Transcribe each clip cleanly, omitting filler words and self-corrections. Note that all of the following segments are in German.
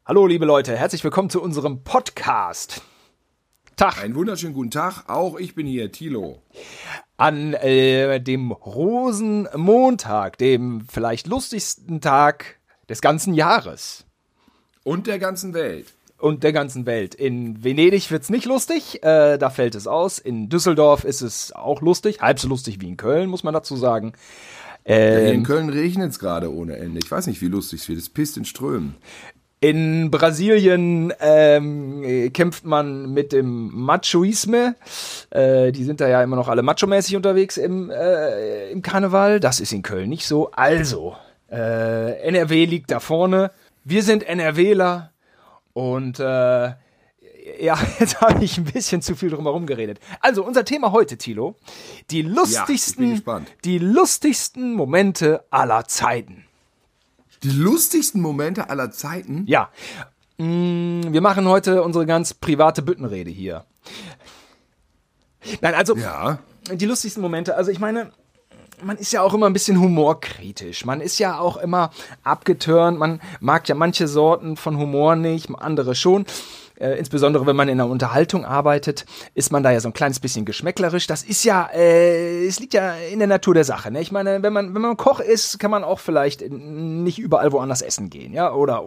Hallo liebe Leute, herzlich willkommen zu unserem Podcast. Tag. Einen wunderschönen guten Tag, auch ich bin hier, Thilo. An dem Rosenmontag, dem vielleicht lustigsten Tag des ganzen Jahres. Und der ganzen Welt. Und der ganzen Welt. In Venedig wird's nicht lustig, da fällt es aus. In Düsseldorf ist es auch lustig, halb so lustig wie in Köln, muss man dazu sagen. Hier in Köln regnet es gerade ohne Ende. Ich weiß nicht, wie lustig es wird, es pisst in Strömen. In Brasilien kämpft man mit dem Machoisme. Die sind da ja immer noch alle macho-mäßig unterwegs im Karneval. Das ist in Köln nicht so. Also, NRW liegt da vorne. Wir sind NRWler. Und ja, jetzt habe ich ein bisschen zu viel drum herum geredet. Also, unser Thema heute, Thilo. Die lustigsten Momente aller Zeiten. Die lustigsten Momente aller Zeiten? Ja. Wir machen heute unsere ganz private Büttenrede hier. Nein, also Ja. Die lustigsten Momente. Also ich meine, man ist ja auch immer ein bisschen humorkritisch. Man ist ja auch immer abgeturnt. Man mag ja manche Sorten von Humor nicht, andere schon. Insbesondere wenn man in der Unterhaltung arbeitet, ist man da ja so ein kleines bisschen geschmäcklerisch. Das ist ja, es liegt ja in der Natur der Sache. Ne? Ich meine, wenn man Koch ist, kann man auch vielleicht nicht überall woanders essen gehen, ja, oder.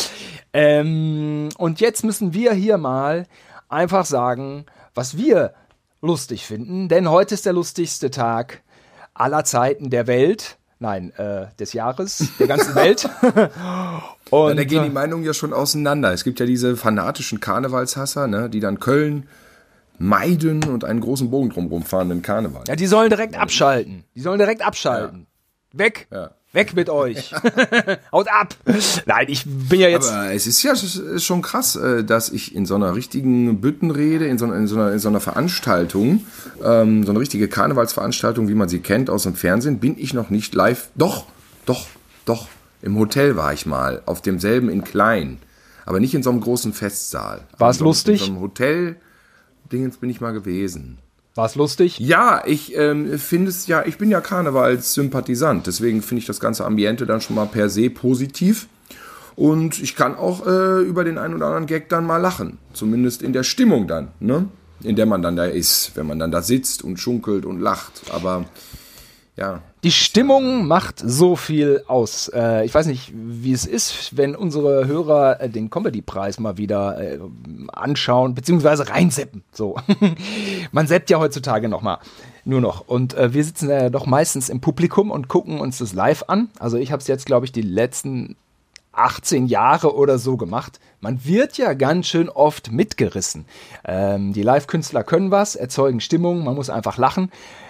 Und jetzt müssen wir hier mal einfach sagen, was wir lustig finden, denn heute ist der lustigste Tag aller Zeiten der Welt. Nein, des Jahres, der ganzen Welt. Und Ja, da gehen die Meinungen ja schon auseinander. Es gibt ja diese fanatischen Karnevalshasser, ne, die dann Köln meiden und einen großen Bogen drumherum fahren in Karneval. Ja, die sollen direkt abschalten. Weg. Ja. Weg mit euch. Haut ab. Nein, ich bin ja jetzt... Aber es ist schon krass, dass ich in so einer richtigen Büttenrede, in so einer Veranstaltung, so eine richtige Karnevalsveranstaltung, wie man sie kennt aus dem Fernsehen, bin ich noch nicht live. Doch. Im Hotel war ich mal, auf demselben in klein. Aber nicht in so einem großen Festsaal. War es lustig? In so einem Hotel-Dingens bin ich mal gewesen. War es lustig? Ja, ich finde es ja, ich bin ja Karnevalssympathisant, deswegen finde ich das ganze Ambiente dann schon mal per se positiv. Und ich kann auch über den einen oder anderen Gag dann mal lachen. Zumindest in der Stimmung dann, ne? In der man dann da ist, wenn man dann da sitzt und schunkelt und lacht. Aber ja. Die Stimmung macht so viel aus. Ich weiß nicht, wie es ist, wenn unsere Hörer den Comedy-Preis mal wieder anschauen, beziehungsweise reinseppen. So. Man seppt ja heutzutage nur noch. Und wir sitzen ja doch meistens im Publikum und gucken uns das live an. Also ich habe es jetzt, glaube ich, die letzten 18 Jahre oder so gemacht. Man wird ja ganz schön oft mitgerissen. Die Live-Künstler können was, erzeugen Stimmung, man muss einfach lachen.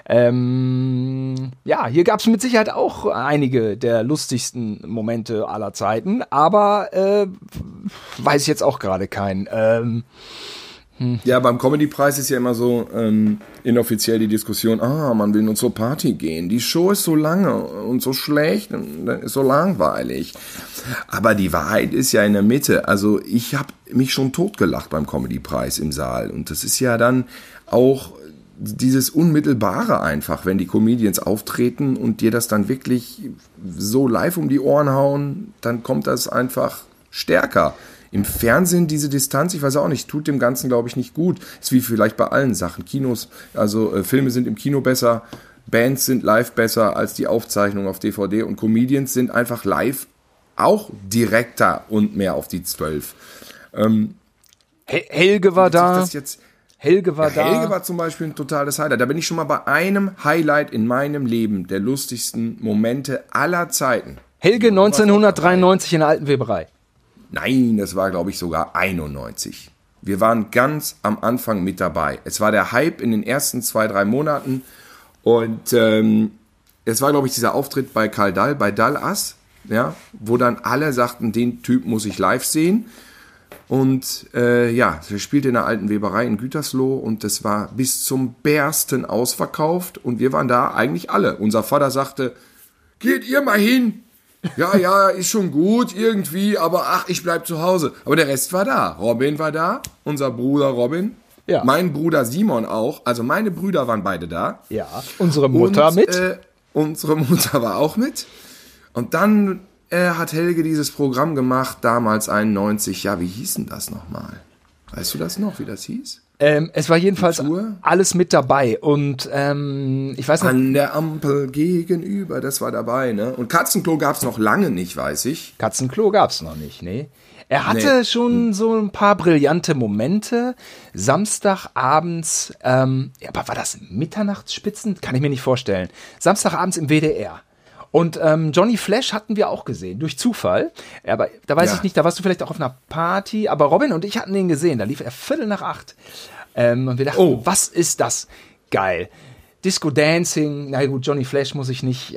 Ja, hier gab es mit Sicherheit auch einige der lustigsten Momente aller Zeiten, aber weiß ich jetzt auch gerade keinen. Ja, beim Comedy-Preis ist ja immer so inoffiziell die Diskussion, man will nur zur Party gehen. Die Show ist so lange und so schlecht und ist so langweilig. Aber die Wahrheit ist ja in der Mitte. Also ich habe mich schon totgelacht beim Comedy-Preis im Saal. Und das ist ja dann auch dieses Unmittelbare einfach, wenn die Comedians auftreten und dir das dann wirklich so live um die Ohren hauen, dann kommt das einfach stärker. Im Fernsehen diese Distanz, ich weiß auch nicht, tut dem Ganzen, glaube ich, nicht gut. Ist wie vielleicht bei allen Sachen. Kinos, also Filme sind im Kino besser, Bands sind live besser als die Aufzeichnung auf DVD und Comedians sind einfach live auch direkter und mehr auf die 12. Helge war da. Helge war zum Beispiel ein totales Highlight. Da bin ich schon mal bei einem Highlight in meinem Leben, der lustigsten Momente aller Zeiten. Helge 1993 in der alten Weberei. Nein, das war, glaube ich, sogar 91. Wir waren ganz am Anfang mit dabei. Es war der Hype in den ersten 2-3 Monaten. Und es war, glaube ich, dieser Auftritt bei Karl Dall, bei Dallas, ja, wo dann alle sagten, den Typ muss ich live sehen. Und ja, er spielte in der alten Weberei in Gütersloh und das war bis zum Bersten ausverkauft. Und wir waren da eigentlich alle. Unser Vater sagte, geht ihr mal hin. Ja, ist schon gut irgendwie, aber ach, ich bleib zu Hause. Aber der Rest war da. Robin war da, unser Bruder Robin. Ja. Mein Bruder Simon auch. Also meine Brüder waren beide da. Ja, unsere Mutter mit. Unsere Mutter war auch mit. Und dann hat Helge dieses Programm gemacht, damals 91. Ja, wie hieß denn das nochmal? Weißt du das noch, wie das hieß? Es war jedenfalls alles mit dabei und ich weiß nicht. An der Ampel gegenüber, das war dabei, ne? Und Katzenklo gab's noch lange nicht, weiß ich. Katzenklo gab's noch nicht, nee. Er hatte schon so ein paar brillante Momente. Samstagabends, aber war das Mitternachtsspitzen? Kann ich mir nicht vorstellen. Samstagabends im WDR. Und Johnny Flash hatten wir auch gesehen, durch Zufall. Aber da weiß ich nicht, da warst du vielleicht auch auf einer Party. Aber Robin und ich hatten den gesehen, da lief er 7:45. Und wir dachten, was ist das? Geil. Disco Dancing, na gut, Johnny Flash muss ich nicht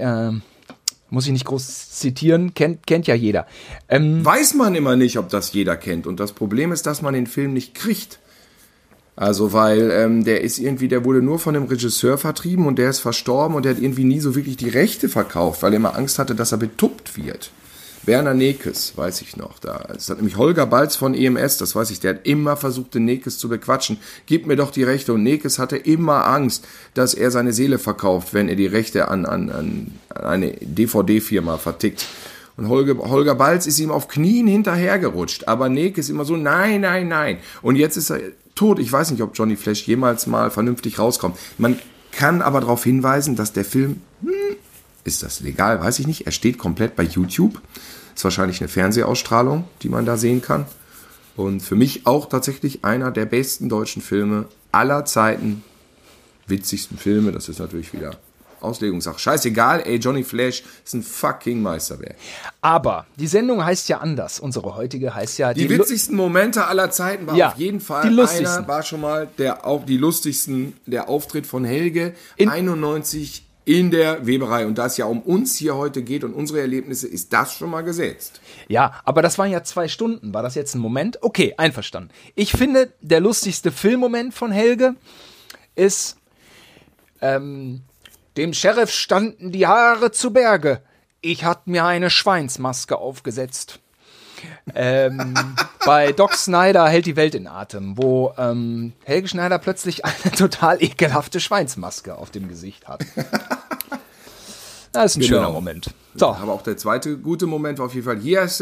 groß zitieren, kennt ja jeder. Weiß man immer nicht, ob das jeder kennt. Und das Problem ist, dass man den Film nicht kriegt. Also, weil der wurde nur von dem Regisseur vertrieben und der ist verstorben und der hat irgendwie nie so wirklich die Rechte verkauft, weil er immer Angst hatte, dass er betuppt wird. Werner Nekes, weiß ich noch. Das hat nämlich Holger Balz von EMS, das weiß ich, der hat immer versucht, den Nekes zu bequatschen. Gib mir doch die Rechte. Und Nekes hatte immer Angst, dass er seine Seele verkauft, wenn er die Rechte an eine DVD-Firma vertickt. Und Holger Balz ist ihm auf Knien hinterhergerutscht. Aber Nekes immer so, nein, nein, nein. Und jetzt ist er tot. Ich weiß nicht, ob Johnny Flash jemals mal vernünftig rauskommt. Man kann aber darauf hinweisen, dass der Film, ist das legal, weiß ich nicht, er steht komplett bei YouTube. Ist wahrscheinlich eine Fernsehausstrahlung, die man da sehen kann. Und für mich auch tatsächlich einer der besten deutschen Filme aller Zeiten. Witzigsten Filme, das ist natürlich wieder Auslegungssache. Scheißegal, Johnny Flash ist ein fucking Meisterwerk. Aber die Sendung heißt ja anders. Unsere heutige heißt ja... Die witzigsten Momente aller Zeiten war auf jeden Fall einer, war schon mal die lustigsten, der Auftritt von Helge, 91 in der Weberei. Und da es ja um uns hier heute geht und unsere Erlebnisse, ist das schon mal gesetzt. Ja, aber das waren ja 2 Stunden. War das jetzt ein Moment? Okay, einverstanden. Ich finde, der lustigste Filmmoment von Helge ist, dem Sheriff standen die Haare zu Berge. Ich hatte mir eine Schweinsmaske aufgesetzt. Bei Doc Snyder hält die Welt in Atem, wo Helge Schneider plötzlich eine total ekelhafte Schweinsmaske auf dem Gesicht hat. Das ist ein schöner Moment. So. Aber auch der zweite gute Moment war auf jeden Fall, hier ist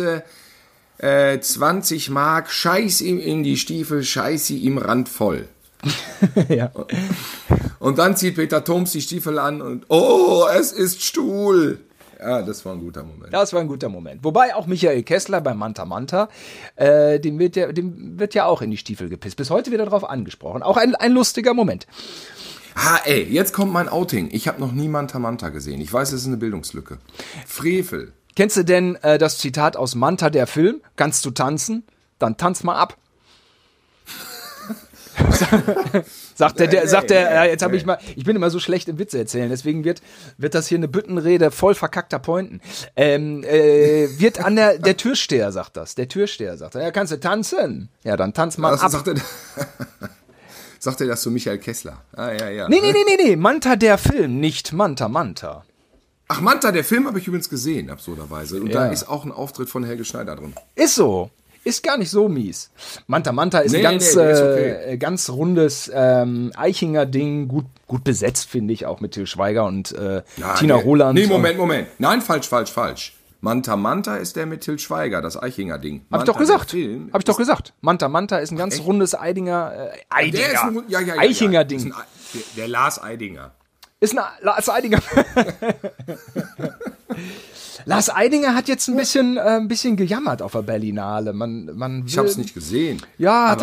20 Mark, scheiß ihm in die Stiefel, scheiß sie ihm randvoll. Ja. Und dann zieht Peter Thoms die Stiefel an und oh, es ist Stuhl. Ja, das war ein guter Moment. Das war ein guter Moment. Wobei auch Michael Kessler bei Manta Manta, dem wird ja auch in die Stiefel gepisst. Bis heute wird er darauf angesprochen. Auch ein lustiger Moment. Jetzt kommt mein Outing. Ich habe noch nie Manta Manta gesehen. Ich weiß, es ist eine Bildungslücke. Frevel. Kennst du denn das Zitat aus Manta, der Film? Kannst du tanzen? Dann tanz mal ab. Sagt er, jetzt habe ich bin immer so schlecht im Witze erzählen, deswegen wird das hier eine Büttenrede voll verkackter Pointen. Wird an der Türsteher sagt das. Der Türsteher sagt, ja, kannst du tanzen? Ja, dann tanz mal ab. Sagt er das zu Michael Kessler? Ja. Nee, Manta der Film, nicht Manta Manta. Ach, Manta, der Film habe ich übrigens gesehen, absurderweise. Und da ist auch ein Auftritt von Helge Schneider drin. Ist so. Ist gar nicht so mies. Manta Manta ist ein ganz rundes Eichinger-Ding, gut besetzt, finde ich, auch mit Til Schweiger und Tina Roland. Nee, Moment. Nein, falsch. Manta Manta ist der mit Til Schweiger, das Eichinger-Ding. Hab ich doch gesagt. Manta Manta ist ein ganz rundes Eichinger-Ding. Der Lars Eidinger. Ist ein Lars Eidinger. Lars Eidinger hat jetzt ein bisschen gejammert auf der Berlinale. Ich habe es nicht gesehen. Ja,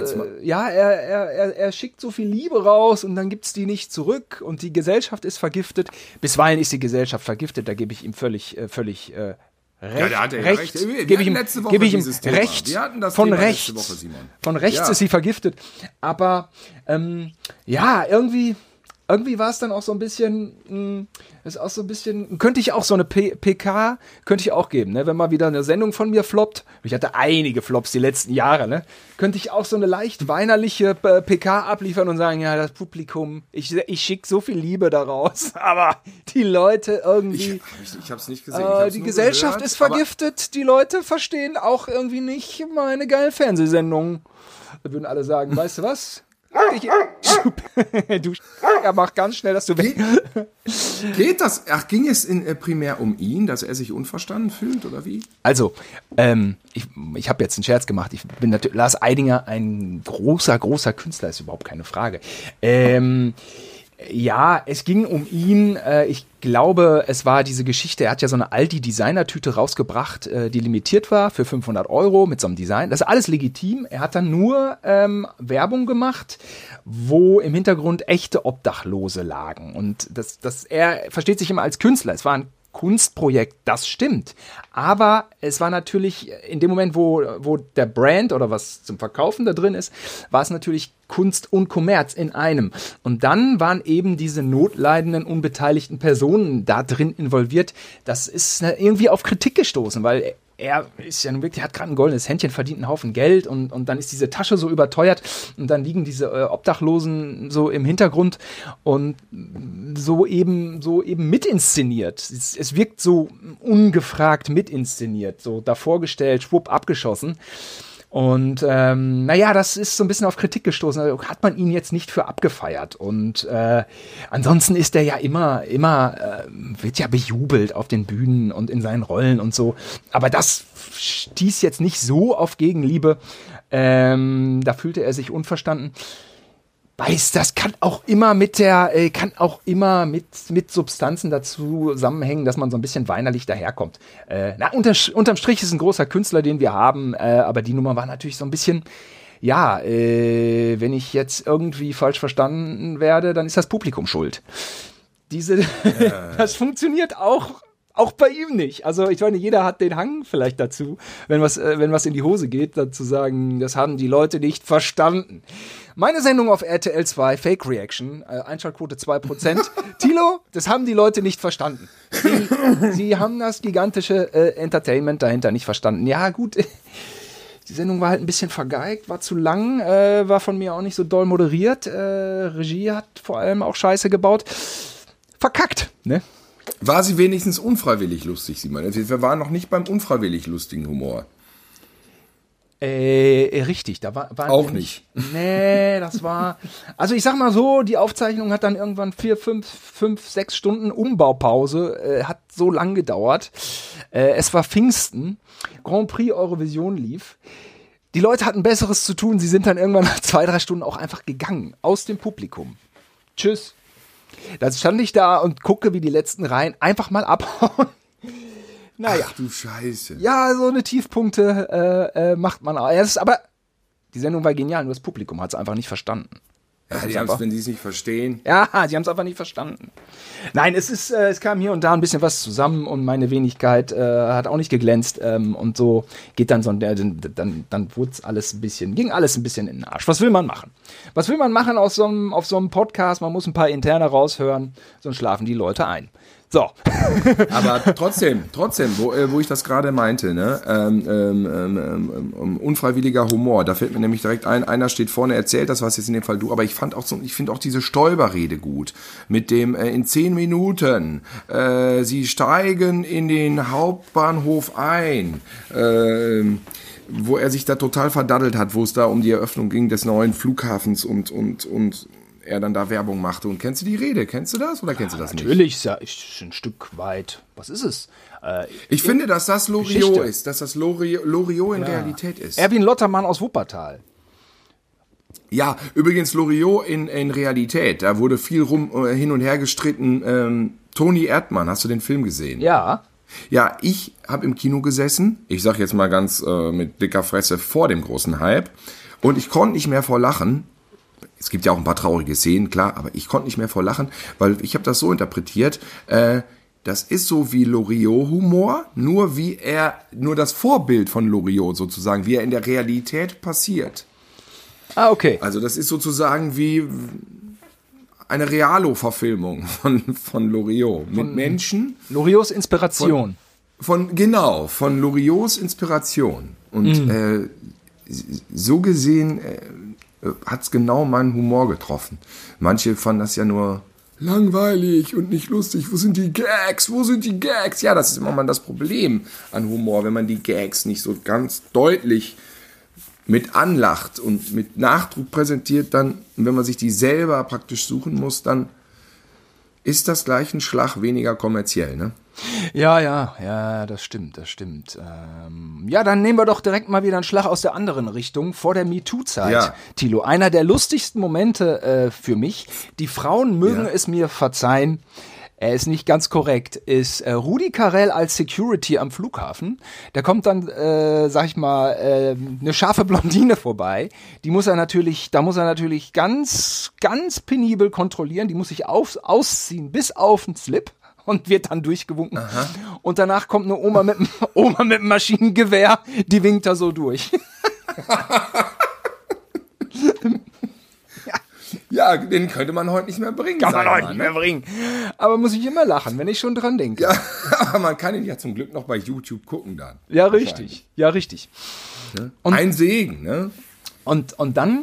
er schickt so viel Liebe raus und dann gibt's die nicht zurück und die Gesellschaft ist vergiftet. Bisweilen ist die Gesellschaft vergiftet, da gebe ich ihm völlig recht. Ja, da hat er recht. Gebe ich ihm recht von rechts. Woche, Simon. Von rechts ist sie vergiftet. Aber irgendwie war es dann auch so ein bisschen, könnte ich auch so eine PK, könnte ich auch geben, ne? Wenn mal wieder eine Sendung von mir floppt, ich hatte einige Flops die letzten Jahre, ne? Könnte ich auch so eine leicht weinerliche PK abliefern und sagen, ja, das Publikum, ich schicke so viel Liebe daraus, aber die Leute irgendwie... Ich hab's nicht gesehen. Die Gesellschaft ist vergiftet, die Leute verstehen auch irgendwie nicht meine geilen Fernsehsendungen. Da würden alle sagen, weißt du was? Du mach ganz schnell, dass du weg. Geht das? Ach, ging es primär um ihn, dass er sich unverstanden fühlt oder wie? Also, ich habe jetzt einen Scherz gemacht. Ich bin natürlich Lars Eidinger, ein großer Künstler, ist überhaupt keine Frage. Ja, es ging um ihn. Ich glaube, es war diese Geschichte, er hat ja so eine Aldi-Designer-Tüte rausgebracht, die limitiert war für 500 € mit so einem Design. Das ist alles legitim. Er hat dann nur Werbung gemacht, wo im Hintergrund echte Obdachlose lagen. Und er versteht sich immer als Künstler. Es war ein Kunstprojekt, das stimmt. Aber es war natürlich in dem Moment, wo der Brand oder was zum Verkaufen da drin ist, war es natürlich Kunst und Kommerz in einem. Und dann waren eben diese notleidenden, unbeteiligten Personen da drin involviert. Das ist irgendwie auf Kritik gestoßen, weil er ist ja nun wirklich, hat gerade ein goldenes Händchen, verdient einen Haufen Geld und dann ist diese Tasche so überteuert und dann liegen diese Obdachlosen so im Hintergrund und so eben mitinszeniert. Es wirkt so ungefragt mitinszeniert, so davor gestellt, schwupp, abgeschossen. Und das ist so ein bisschen auf Kritik gestoßen. Also hat man ihn jetzt nicht für abgefeiert. Und ansonsten ist er ja immer wird ja bejubelt auf den Bühnen und in seinen Rollen und so. Aber das stieß jetzt nicht so auf Gegenliebe. Da fühlte er sich unverstanden. Das kann auch immer mit Substanzen dazu zusammenhängen, dass man so ein bisschen weinerlich daherkommt. Unterm Strich ist ein großer Künstler, den wir haben, aber die Nummer war natürlich so ein bisschen, wenn ich jetzt irgendwie falsch verstanden werde, dann ist das Publikum schuld. Das funktioniert auch bei ihm nicht. Also ich meine, jeder hat den Hang vielleicht dazu, wenn was in die Hose geht, dazu sagen, das haben die Leute nicht verstanden. Meine Sendung auf RTL 2, Fake Reaction, Einschaltquote 2%. Thilo, das haben die Leute nicht verstanden. Sie haben das gigantische Entertainment dahinter nicht verstanden. Ja gut, die Sendung war halt ein bisschen vergeigt, war zu lang, war von mir auch nicht so doll moderiert. Regie hat vor allem auch Scheiße gebaut. Verkackt, ne? War sie wenigstens unfreiwillig lustig, Simon? Wir waren noch nicht beim unfreiwillig lustigen Humor. Richtig, da war auch nicht. Nee, das war, also ich sag mal so, die Aufzeichnung hat dann irgendwann 4, 5, 6 Stunden Umbaupause, hat so lang gedauert. Es war Pfingsten, Grand Prix Eurovision lief. Die Leute hatten Besseres zu tun, sie sind dann irgendwann nach 2, 3 Stunden auch einfach gegangen, aus dem Publikum. Tschüss. Da stand ich da und gucke, wie die letzten Reihen einfach mal abhauen. Naja. Ach du Scheiße. Ja, so eine Tiefpunkte macht man auch. Aber die Sendung war genial, nur das Publikum hat es einfach nicht verstanden. Ja, wenn sie es nicht verstehen. Ja, sie haben es einfach nicht verstanden. Nein, es kam hier und da ein bisschen was zusammen und meine Wenigkeit hat auch nicht geglänzt und so geht dann dann wurde es ging alles ein bisschen in den Arsch. Was will man machen? Was will man machen auf so einem Podcast? Man muss ein paar Interne raushören, sonst schlafen die Leute ein. So. Aber trotzdem, wo ich das gerade meinte, ne, unfreiwilliger Humor, da fällt mir nämlich direkt ein, einer steht vorne, erzählt das, was jetzt in dem Fall du, aber ich finde auch diese Stoiber-Rede gut, mit dem in 10 Minuten, sie steigen in den Hauptbahnhof ein, wo er sich da total verdaddelt hat, wo es da um die Eröffnung ging des neuen Flughafens und er dann da Werbung machte. Und kennst du die Rede? Kennst du das oder kennst du das natürlich, nicht? Natürlich, ist ein Stück weit. Was ist es? Ich finde, dass das Loriot ist, dass das Loriot in Realität ist. Erwin Lottermann aus Wuppertal. Ja, übrigens Loriot in Realität. Da wurde viel hin und her gestritten. Toni Erdmann, hast du den Film gesehen? Ja. Ja, ich habe im Kino gesessen. Ich sag jetzt mal ganz mit dicker Fresse vor dem großen Hype. Und ich konnte nicht mehr vor Lachen. Es gibt ja auch ein paar traurige Szenen, klar, aber ich konnte nicht mehr vor lachen, weil ich habe das so interpretiert, das ist so wie Loriot-Humor, nur das Vorbild von Loriot sozusagen, wie er in der Realität passiert. Ah, okay. Also das ist sozusagen wie eine Realo-Verfilmung von Loriot mit Menschen. Loriots Inspiration. Von Loriots Inspiration. Und so gesehen hat's genau meinen Humor getroffen. Manche fanden das ja nur langweilig und nicht lustig. Wo sind die Gags? Ja, das ist immer mal das Problem an Humor, wenn man die Gags nicht so ganz deutlich mit anlacht und mit Nachdruck präsentiert, dann, wenn man sich die selber praktisch suchen muss, dann ist das gleich ein Schlag weniger kommerziell, ne? Ja, das stimmt. Ja, dann nehmen wir doch direkt mal wieder einen Schlag aus der anderen Richtung, vor der MeToo-Zeit. Ja. Thilo, einer der lustigsten Momente für mich, die Frauen mögen es mir verzeihen, er ist nicht ganz korrekt, ist Rudi Carrell als Security am Flughafen. Da kommt dann, sag ich mal, eine scharfe Blondine vorbei. Da muss er natürlich ganz, ganz penibel kontrollieren. Die muss sich ausziehen bis auf den Slip und wird dann durchgewunken. Aha. Und danach kommt eine Oma mit einem Maschinengewehr, die winkt da so durch. Ja, den könnte man heute nicht mehr bringen. Kann man heute nicht mehr bringen. Aber muss ich immer lachen, wenn ich schon dran denke. Ja, aber man kann ihn ja zum Glück noch bei YouTube gucken dann. Ja, richtig. Ja. Und ein Segen, ne? Und dann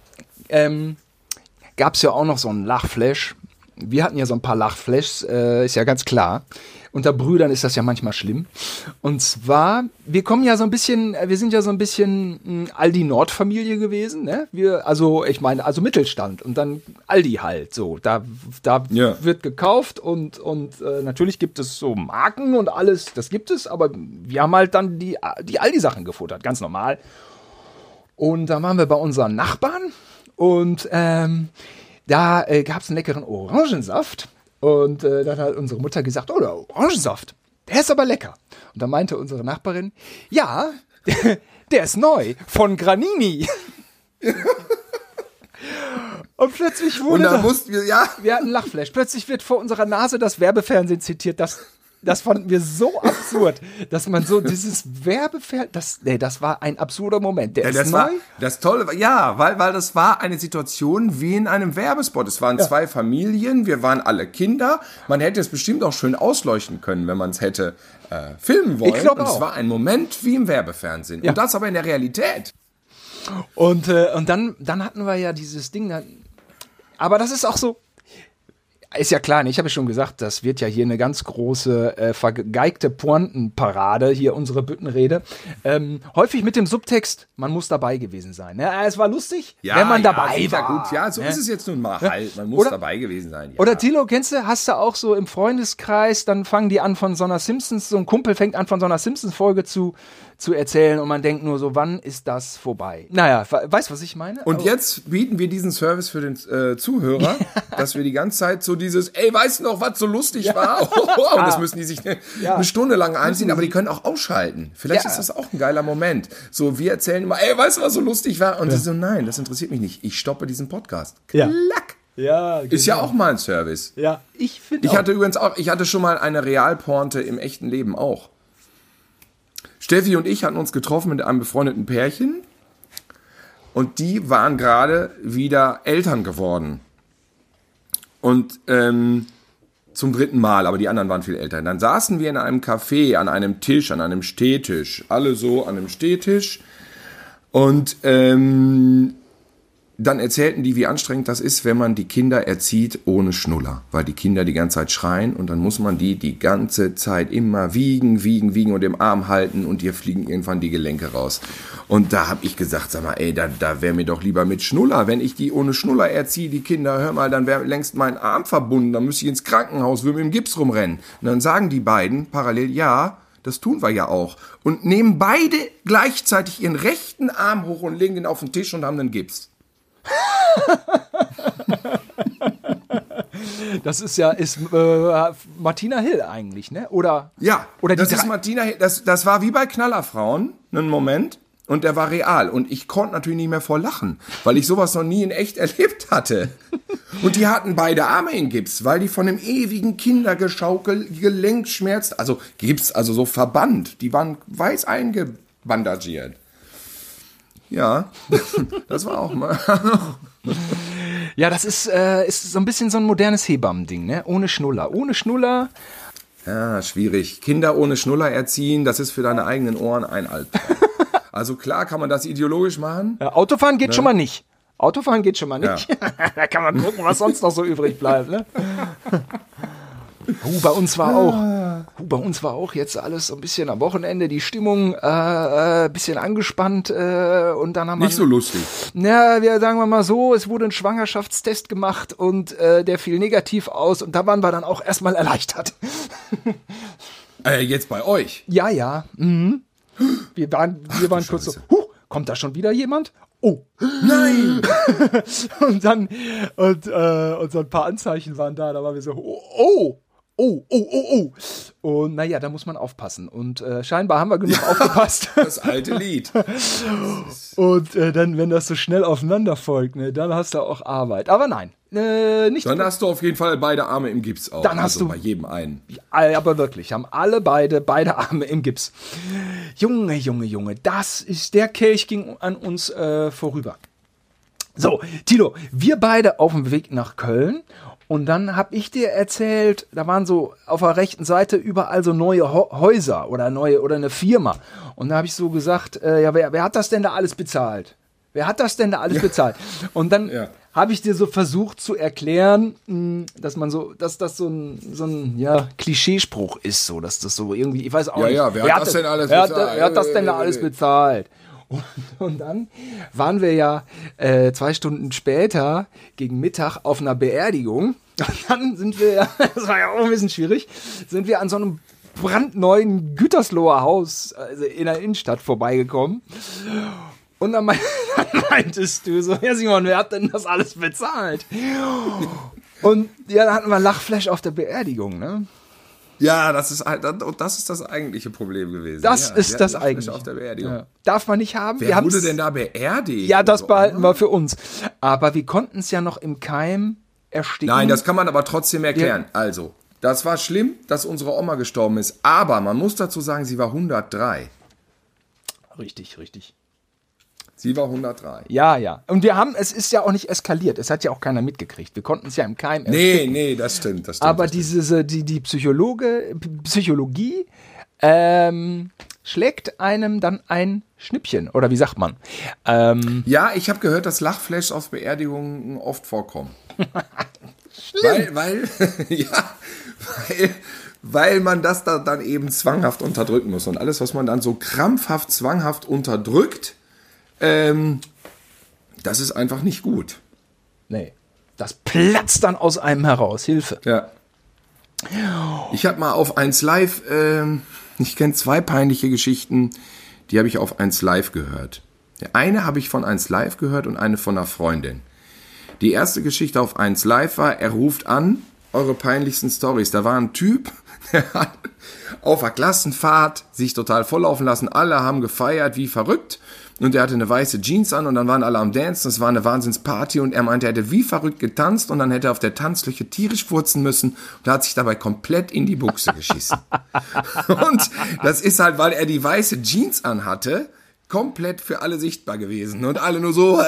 gab es ja auch noch so einen Lachflash. Wir hatten ja so ein paar Lachflashs, ist ja ganz klar. Unter Brüdern ist das ja manchmal schlimm. Und zwar, wir sind ja so ein bisschen Aldi-Nord-Familie gewesen, ne? Also Mittelstand und dann Aldi halt, so. Da wird gekauft und natürlich gibt es so Marken und alles, das gibt es, aber wir haben halt dann die Aldi-Sachen gefuttert, ganz normal. Und da waren wir bei unseren Nachbarn und da gab es einen leckeren Orangensaft. Und dann hat unsere Mutter gesagt, oh, der Orangensaft, der ist aber lecker. Und dann meinte unsere Nachbarin, ja, der ist neu, von Granini. Und plötzlich wurde und dann mussten wir hatten einen Lachflash. Plötzlich wird vor unserer Nase das Werbefernsehen zitiert, das fanden wir so absurd, dass man so dieses Werbefernsehen, das war ein absurder Moment. Der ist neu. Das Tolle war, ja, weil das war eine Situation wie in einem Werbespot. Es waren zwei Familien, wir waren alle Kinder. Man hätte es bestimmt auch schön ausleuchten können, wenn man es hätte filmen wollen. Ich glaube auch. Und es war ein Moment wie im Werbefernsehen. Ja. Und das aber in der Realität. Und dann hatten wir ja dieses Ding, aber das ist auch so. Ist ja klar, ich habe ja schon gesagt, das wird ja hier eine ganz große vergeigte Pointenparade, hier unsere Büttenrede. Häufig mit dem Subtext, man muss dabei gewesen sein. Ne? Es war lustig, wenn man dabei war. Gut. Ja, so ist es jetzt nun mal halt. Man muss dabei gewesen sein. Ja. Oder Thilo, hast du auch so im Freundeskreis, dann fangen die an von so einer Simpsons, so ein Kumpel fängt an von so einer Simpsons-Folge zu erzählen und man denkt nur so, wann ist das vorbei? Naja, weißt du, was ich meine? Und jetzt bieten wir diesen Service für den Zuhörer, dass wir die ganze Zeit so dieses, ey, weißt du noch, was so lustig war? Und das müssen die sich eine Stunde lang einziehen, aber die können auch ausschalten. Vielleicht ist das auch ein geiler Moment. So, wir erzählen immer, ey, weißt du, was so lustig war? Und sie so, nein, das interessiert mich nicht. Ich stoppe diesen Podcast. Klack! Ja, genau. Ist ja auch mal ein Service. Ja, ich hatte schon mal eine Realpointe im echten Leben auch. Steffi und ich hatten uns getroffen mit einem befreundeten Pärchen und die waren gerade wieder Eltern geworden. Und zum 3. Mal, aber die anderen waren viel älter. Dann saßen wir in einem Café an einem Tisch, an einem Stehtisch. Alle so an einem Stehtisch. Und dann erzählten die, wie anstrengend das ist, wenn man die Kinder erzieht ohne Schnuller. Weil die Kinder die ganze Zeit schreien und dann muss man die ganze Zeit immer wiegen und im Arm halten und dir fliegen irgendwann die Gelenke raus. Und da habe ich gesagt, sag mal, ey, da wäre mir doch lieber mit Schnuller. Wenn ich die ohne Schnuller erziehe, die Kinder, hör mal, dann wäre längst mein Arm verbunden, dann müsste ich ins Krankenhaus, würde mit dem Gips rumrennen. Und dann sagen die beiden parallel, ja, das tun wir ja auch. Und nehmen beide gleichzeitig ihren rechten Arm hoch und legen den auf den Tisch und haben einen Gips. Das ist Martina Hill eigentlich, ne? Oder das ist Martina Hill. Das war wie bei Knallerfrauen, einen Moment. Und der war real. Und ich konnte natürlich nicht mehr vor lachen, weil ich sowas noch nie in echt erlebt hatte. Und die hatten beide Arme in Gips, weil die von einem ewigen Kindergeschaukel Gelenkschmerz, also Gips, also so verbannt. Die waren weiß eingebandagiert. Ja, das war auch mal. Ja, das ist so ein bisschen so ein modernes Hebammending, ne? Ohne Schnuller. Ohne Schnuller. Ja, schwierig. Kinder ohne Schnuller erziehen, das ist für deine eigenen Ohren ein Albtraum. Also klar kann man das ideologisch machen. Ja, Autofahren geht schon mal nicht. Ja. Da kann man gucken, was sonst noch so übrig bleibt, ne? Bei uns war auch. Bei uns war auch jetzt alles so ein bisschen am Wochenende, die Stimmung bisschen angespannt und dann haben wir... Nicht so lustig. Na, sagen wir mal so, es wurde ein Schwangerschaftstest gemacht und der fiel negativ aus und da waren wir dann auch erstmal erleichtert. Jetzt bei euch? Ja. Mhm. Wir waren kurz so, kommt da schon wieder jemand? Oh. Nein! und so ein paar Anzeichen waren da waren wir so, oh. Und naja, da muss man aufpassen. Und scheinbar haben wir genug aufgepasst. Das alte Lied. Und dann, wenn das so schnell aufeinander folgt, ne, dann hast du auch Arbeit. Aber nein, nicht. Dann hast du auf jeden Fall beide Arme im Gips auch. Dann hast du bei jedem einen. Aber wirklich, haben alle beide Arme im Gips. Junge, der Kelch ging an uns vorüber. So, Tilo, wir beide auf dem Weg nach Köln. Und dann habe ich dir erzählt, da waren so auf der rechten Seite überall so neue Häuser oder eine Firma. Und da habe ich so gesagt, wer hat das denn da alles bezahlt? Und dann habe ich dir so versucht zu erklären, dass das so ein Klischeespruch ist, so, dass das so irgendwie, ich weiß auch nicht. Ja, wer hat das denn alles bezahlt? Wer hat das denn da alles bezahlt? Und dann waren wir ja 2 Stunden später gegen Mittag auf einer Beerdigung. Und dann sind wir, das war ja auch ein bisschen schwierig, sind wir an so einem brandneuen Gütersloher Haus in der Innenstadt vorbeigekommen. Und dann meintest du so, ja Simon, wer hat denn das alles bezahlt? Und ja, dann hatten wir Lachflash auf der Beerdigung, ne? Ja, das ist das eigentliche Problem gewesen. Das ist das eigentliche. Auf der Beerdigung. Ja. Darf man nicht haben. Wer wurde denn da beerdigt? Ja, das behalten wir für uns. Aber wir konnten es ja noch im Keim ersticken. Nein, das kann man aber trotzdem erklären. Ja. Also, das war schlimm, dass unsere Oma gestorben ist. Aber man muss dazu sagen, sie war 103. Richtig. Sie war 103. Ja. Und es ist ja auch nicht eskaliert. Es hat ja auch keiner mitgekriegt. Wir konnten es ja im Keim ersticken. Nee, das stimmt. Aber die Psychologie schlägt einem dann ein Schnippchen. Oder wie sagt man? Ja, ich habe gehört, dass Lachflash auf Beerdigungen oft vorkommen. Schlimm. Weil man das da dann eben zwanghaft unterdrücken muss. Und alles, was man dann so krampfhaft, zwanghaft unterdrückt, das ist einfach nicht gut. Nee, das platzt dann aus einem heraus. Hilfe. Ja. Ich habe mal auf 1 Live, ich kenne 2 peinliche Geschichten, die habe ich auf 1 Live gehört. Eine habe ich von 1 Live gehört und eine von einer Freundin. Die erste Geschichte auf 1 Live war, er ruft an, eure peinlichsten Storys. Da war ein Typ, der hat auf der Klassenfahrt sich total volllaufen lassen. Alle haben gefeiert wie verrückt. Und er hatte eine weiße Jeans an und dann waren alle am Dancen. Das war eine Wahnsinnsparty und er meinte, er hätte wie verrückt getanzt und dann hätte er auf der Tanzfläche tierisch furzen müssen und hat sich dabei komplett in die Buchse geschissen. Und das ist halt, weil er die weiße Jeans anhatte, komplett für alle sichtbar gewesen und alle nur so.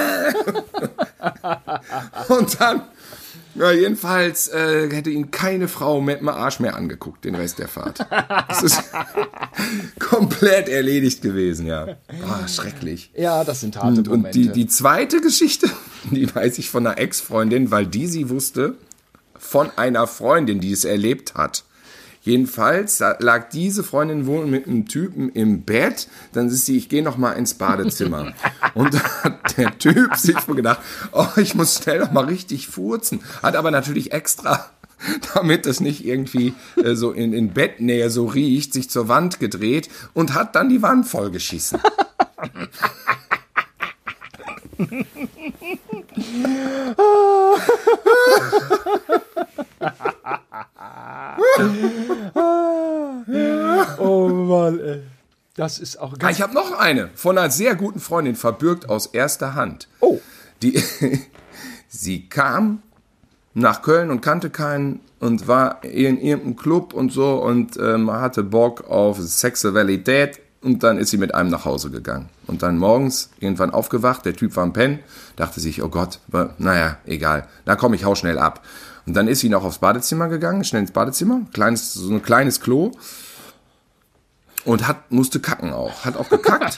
Und dann, jedenfalls hätte ihn keine Frau mit dem Arsch mehr angeguckt, den Rest der Fahrt. Das ist komplett erledigt gewesen, ja. Schrecklich. Ja, das sind harte Momente. Und die zweite Geschichte, die weiß ich von einer Ex-Freundin, weil sie wusste von einer Freundin, die es erlebt hat. Jedenfalls lag diese Freundin wohl mit einem Typen im Bett, dann ist sie, ich gehe noch mal ins Badezimmer. Und da hat der Typ sich wohl gedacht, ich muss schnell noch mal richtig furzen. Hat aber natürlich extra, damit es nicht irgendwie so in Bettnähe so riecht, sich zur Wand gedreht und hat dann die Wand vollgeschissen. Oh Mann, ey. Das ist auch ganz... Ich habe noch eine von einer sehr guten Freundin, verbürgt aus erster Hand. Oh. Sie kam nach Köln und kannte keinen und war in irgendeinem Club und so und hatte Bock auf Sexualität und dann ist sie mit einem nach Hause gegangen. Und dann morgens irgendwann aufgewacht, der Typ war am Pennen, dachte sich, oh Gott, naja, egal, na komm, ich hau schnell ab. Und dann ist sie noch aufs Badezimmer gegangen, schnell ins Badezimmer, so ein kleines Klo und musste kacken auch, hat auch gekackt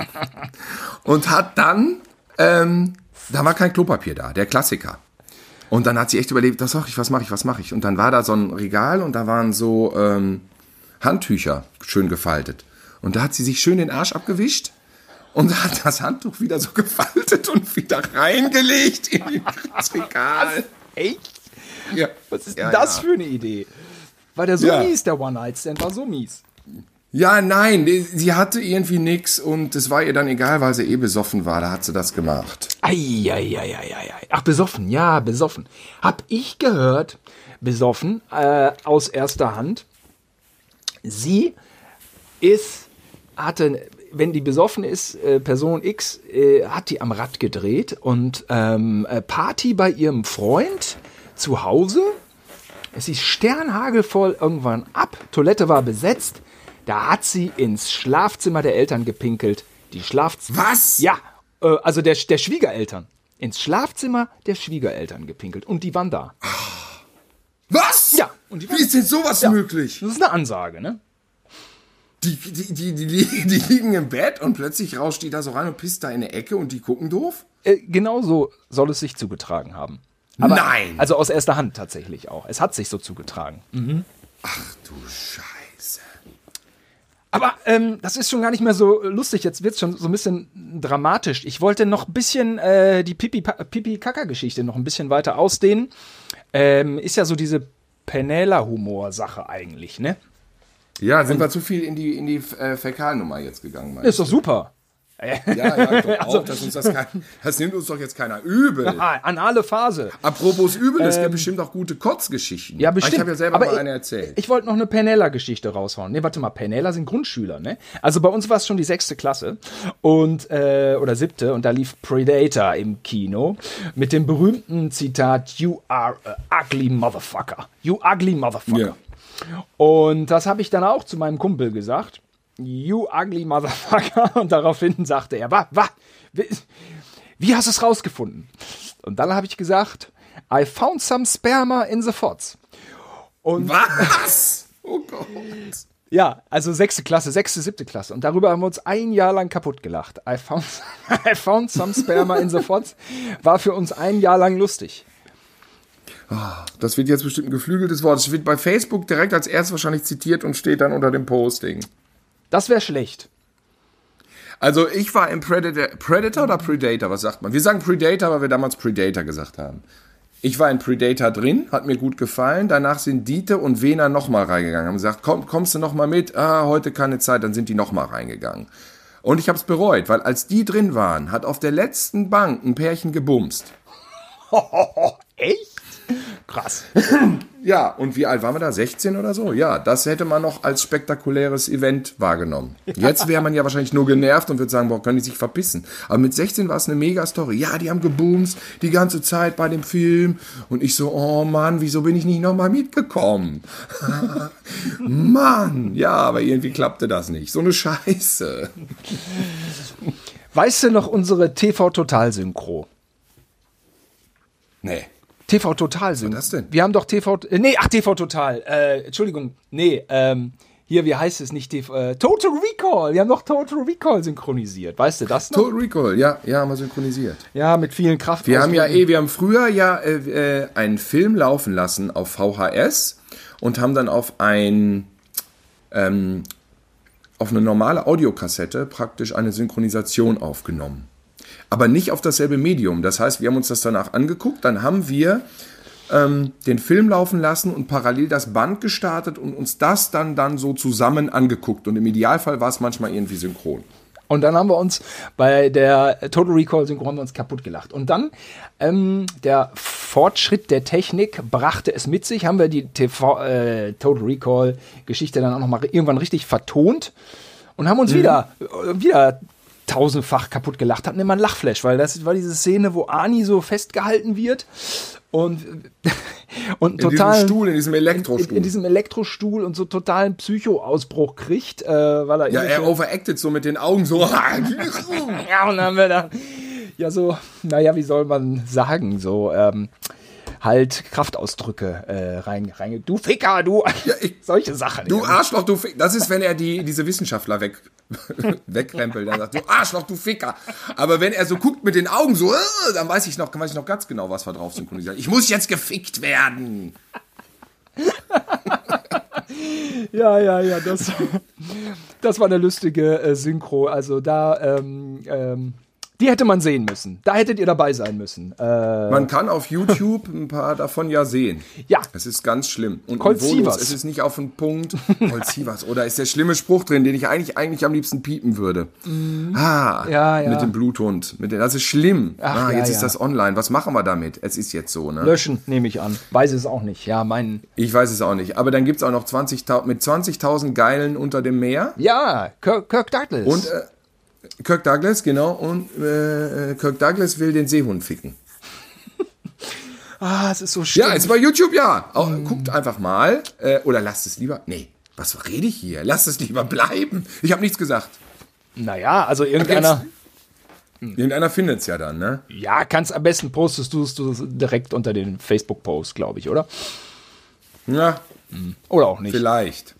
und hat dann, da war kein Klopapier da, der Klassiker. Und dann hat sie echt überlegt, was mache ich? Und dann war da so ein Regal und da waren so Handtücher schön gefaltet. Und da hat sie sich schön den Arsch abgewischt und hat das Handtuch wieder so gefaltet und wieder reingelegt in das Regal. Echt? Ja. Was ist denn das für eine Idee? War der so mies, der One-Night-Stand war so mies. Ja, nein, sie hatte irgendwie nix und es war ihr dann egal, weil sie besoffen war, da hat sie das gemacht. Eieieiei. Ach, besoffen, ja, besoffen. Hab ich gehört, besoffen, aus erster Hand. Sie wenn die besoffen ist, Person X, hat die am Rad gedreht und Party bei ihrem Freund zu Hause. Es ist sternhagelvoll irgendwann ab, Toilette war besetzt. Da hat sie ins Schlafzimmer der Eltern gepinkelt. Was? Ja, also der Schwiegereltern. Ins Schlafzimmer der Schwiegereltern gepinkelt. Und die waren da. Was? Ja. Und wie ist denn sowas möglich? Das ist eine Ansage, ne? Die liegen im Bett und plötzlich rauscht die da so rein und pisst da in eine Ecke und die gucken doof? Genau so soll es sich zugetragen haben. Aber, Nein! Also aus erster Hand tatsächlich auch. Es hat sich so zugetragen. Mhm. Ach du Scheiße. Aber das ist schon gar nicht mehr so lustig. Jetzt wird es schon so ein bisschen dramatisch. Ich wollte noch ein bisschen die Pipi-Kaka-Geschichte noch ein bisschen weiter ausdehnen. Ist ja so diese Penela-Humor-Sache eigentlich, ne? Ja, sind wir zu viel in die Fäkalnummer jetzt gegangen? Ist doch super. Ja, ich glaube auch, das nimmt uns doch jetzt keiner übel. Anale Phase. Apropos übel, es gibt bestimmt auch gute Kotzgeschichten. Ja, bestimmt. Ich habe ja selber mal eine erzählt. Ich wollte noch eine Penela-Geschichte raushauen. Ne, warte mal, Penela sind Grundschüler, ne? Also bei uns war es schon die 6. Klasse oder 7. und da lief Predator im Kino mit dem berühmten Zitat You are a ugly motherfucker. You ugly motherfucker. Ja. Und das habe ich dann auch zu meinem Kumpel gesagt. You ugly motherfucker. Und daraufhin sagte er, wie hast du es rausgefunden? Und dann habe ich gesagt, I found some sperma in the fots. Und was? Oh Gott. Ja, also 6. Klasse, 6., 7. Klasse. Und darüber haben wir uns ein Jahr lang kaputt gelacht. I found some sperma in the fots. War für uns ein Jahr lang lustig. Das wird jetzt bestimmt ein geflügeltes Wort. Es wird bei Facebook direkt als erstes wahrscheinlich zitiert und steht dann unter dem Posting. Das wäre schlecht. Also ich war im Predator oder Predator, was sagt man? Wir sagen Predator, weil wir damals Predator gesagt haben. Ich war in Predator drin, hat mir gut gefallen. Danach sind Dieter und Wena nochmal reingegangen. Haben gesagt, kommst du nochmal mit? Heute keine Zeit, dann sind die nochmal reingegangen. Und ich habe es bereut, weil als die drin waren, hat auf der letzten Bank ein Pärchen gebumst. Echt? Krass. Ja, und wie alt waren wir da? 16 oder so? Ja, das hätte man noch als spektakuläres Event wahrgenommen. Jetzt wäre man ja wahrscheinlich nur genervt und würde sagen, boah, können die sich verpissen. Aber mit 16 war es eine Mega-Story. Ja, die haben gebumst die ganze Zeit bei dem Film. Und ich so, oh Mann, wieso bin ich nicht nochmal mitgekommen? Mann, ja, aber irgendwie klappte das nicht. So eine Scheiße. Weißt du noch unsere TV-Total-Synchro? Nee. TV Total sind. Was ist das denn? Wir haben doch TV Total. Entschuldigung. Hier, wie heißt es nicht? Total Recall. Wir haben doch Total Recall synchronisiert. Weißt du das noch? Total Recall, ja, haben wir synchronisiert. Ja, mit vielen Kraft. Wir haben früher einen Film laufen lassen auf VHS und haben dann auf eine normale Audiokassette praktisch eine Synchronisation aufgenommen. Aber nicht auf dasselbe Medium. Das heißt, wir haben uns das danach angeguckt, dann haben wir den Film laufen lassen und parallel das Band gestartet und uns das dann so zusammen angeguckt. Und im Idealfall war es manchmal irgendwie synchron. Und dann haben wir uns bei der Total Recall Synchron kaputt gelacht. Und dann der Fortschritt der Technik brachte es mit sich, haben wir die Total Recall Geschichte dann auch noch mal irgendwann richtig vertont und haben uns wieder tausendfach kaputt gelacht, hatten immer einen Lachflash, weil das war diese Szene, wo Arnie so festgehalten wird und total in diesem Elektrostuhl. In diesem Elektrostuhl und so totalen Psycho-Ausbruch kriegt, weil er er overacted so mit den Augen so. Ja, und dann haben wir dann wie soll man sagen, so halt Kraftausdrücke rein. Du Ficker, du. Ja, solche Sachen. Du Arschloch, du Ficker. Das ist, wenn er diese Wissenschaftler wegrempelt, dann sagt, du Arschloch, du Ficker. Aber wenn er so guckt mit den Augen so, dann weiß ich noch ganz genau, was wir drauf synchronisieren. Ich muss jetzt gefickt werden. Ja, das war eine lustige Synchro. Also da, die hätte man sehen müssen. Da hättet ihr dabei sein müssen. Man kann auf YouTube ein paar davon ja sehen. Ja. Es ist ganz schlimm. Und Colt Sievers. Es ist nicht auf den Punkt. Colt Sievers. Oder ist der schlimme Spruch drin, den ich eigentlich am liebsten piepen würde. Ja. Mit dem Bluthund. Das ist schlimm. Ach, ist das online. Was machen wir damit? Es ist jetzt so, ne? Löschen, nehme ich an. Weiß es auch nicht. Ja, Ich weiß es auch nicht. Aber dann gibt es auch noch 20.000 Geilen unter dem Meer. Ja, Kirk Douglas. Und Kirk Douglas, genau. Und Kirk Douglas will den Seehund ficken. Es ist so schön. Ja, ist bei YouTube, ja. Guckt einfach mal. Oder lasst es lieber. Nee, was rede ich hier? Lasst es lieber bleiben. Ich habe nichts gesagt. Naja, also irgendeiner findet es ja dann, ne? Ja, am besten postest du es direkt unter den Facebook-Post, glaube ich, oder? Ja. Oder auch nicht. Vielleicht.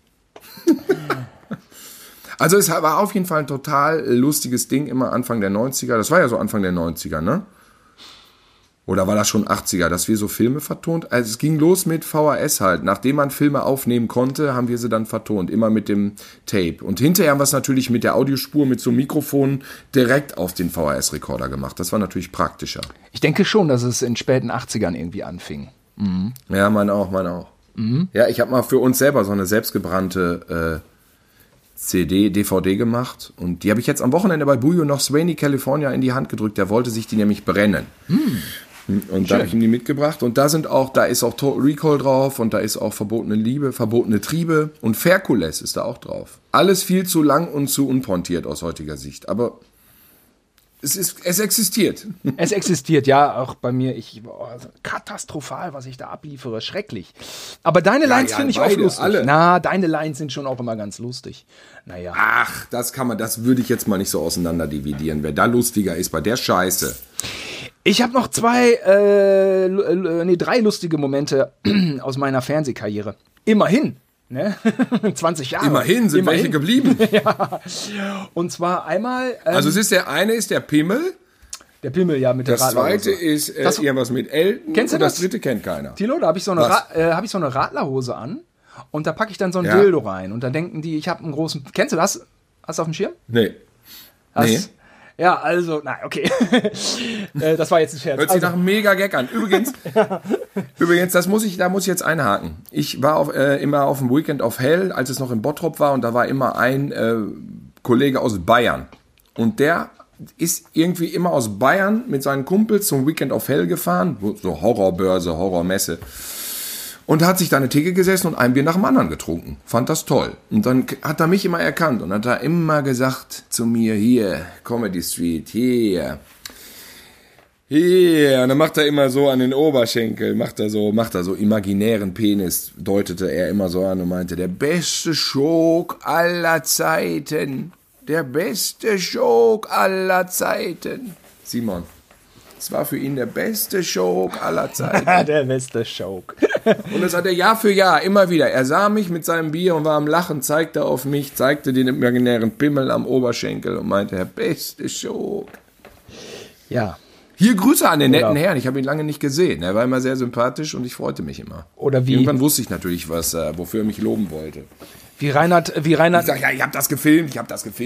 Also es war auf jeden Fall ein total lustiges Ding, immer Anfang der 90er. Das war ja so Anfang der 90er, ne? Oder war das schon 80er, dass wir so Filme vertont? Also es ging los mit VHS halt. Nachdem man Filme aufnehmen konnte, haben wir sie dann vertont. Immer mit dem Tape. Und hinterher haben wir es natürlich mit der Audiospur, mit so einem Mikrofon direkt auf den VHS-Rekorder gemacht. Das war natürlich praktischer. Ich denke schon, dass es in späten 80ern irgendwie anfing. Mhm. Ja, meine auch. Mhm. Ja, ich habe mal für uns selber so eine selbstgebrannte CD, DVD gemacht. Und die habe ich jetzt am Wochenende bei Bujo noch Swaney, California in die Hand gedrückt. Der wollte sich die nämlich brennen. Und da habe ich ihm die mitgebracht. Und da ist auch Total Recall drauf. Und da ist auch Verbotene Liebe, Verbotene Triebe. Und Ferkules ist da auch drauf. Alles viel zu lang und zu unpointiert aus heutiger Sicht. Aber es existiert. Es existiert, ja, auch bei mir. Katastrophal, was ich da abliefere. Schrecklich. Aber deine Lines finde ich auch lustig. Alle. Deine Lines sind schon auch immer ganz lustig. Naja. Ach, das würde ich jetzt mal nicht so auseinander dividieren. Wer da lustiger ist bei der Scheiße. Ich habe noch 3 lustige Momente aus meiner Fernsehkarriere. Immerhin. Ne? 20 Jahre. Immerhin sind welche geblieben. Ja. Und zwar einmal. Also der eine ist der Pimmel. Der Pimmel, ja, mit der Radlerhose. Das zweite ist irgendwas mit Elton. Kennst du das? Das dritte kennt keiner. Tilo, da habe ich so eine Radlerhose an und da packe ich dann so ein Dildo rein. Und dann denken die, ich habe einen großen. Kennst du das? Hast du auf dem Schirm? Nee. Ja, also, okay. Das war jetzt ein Scherz. Hört sich nach einem Mega-Gag an. Übrigens, da muss ich jetzt einhaken. Ich war immer auf dem Weekend of Hell, als es noch in Bottrop war, und da war immer ein Kollege aus Bayern. Und der ist irgendwie immer aus Bayern mit seinen Kumpels zum Weekend of Hell gefahren, so Horrorbörse, Horrormesse. Und hat sich da eine Theke gesessen und ein Bier nach dem anderen getrunken. Fand das toll. Und dann hat er mich immer erkannt und hat da immer gesagt zu mir, hier, Comedy Street, hier. Und dann macht er immer so an den Oberschenkel, macht er so imaginären Penis, deutete er immer so an und meinte, der beste Schok aller Zeiten. Der beste Schok aller Zeiten. Simon. Es war für ihn der beste Schok aller Zeiten. Der beste Schok. Und das hat er Jahr für Jahr immer wieder. Er sah mich mit seinem Bier und war am Lachen, zeigte auf mich, zeigte den imaginären Pimmel am Oberschenkel und meinte, der beste Schok. Ja. Hier Grüße an den netten Herrn. Ich habe ihn lange nicht gesehen. Er war immer sehr sympathisch und ich freute mich immer. Oder wie? Irgendwann wusste ich natürlich, wofür er mich loben wollte. Wie Reinhard. Ich sag, ja, ich habe das gefilmt.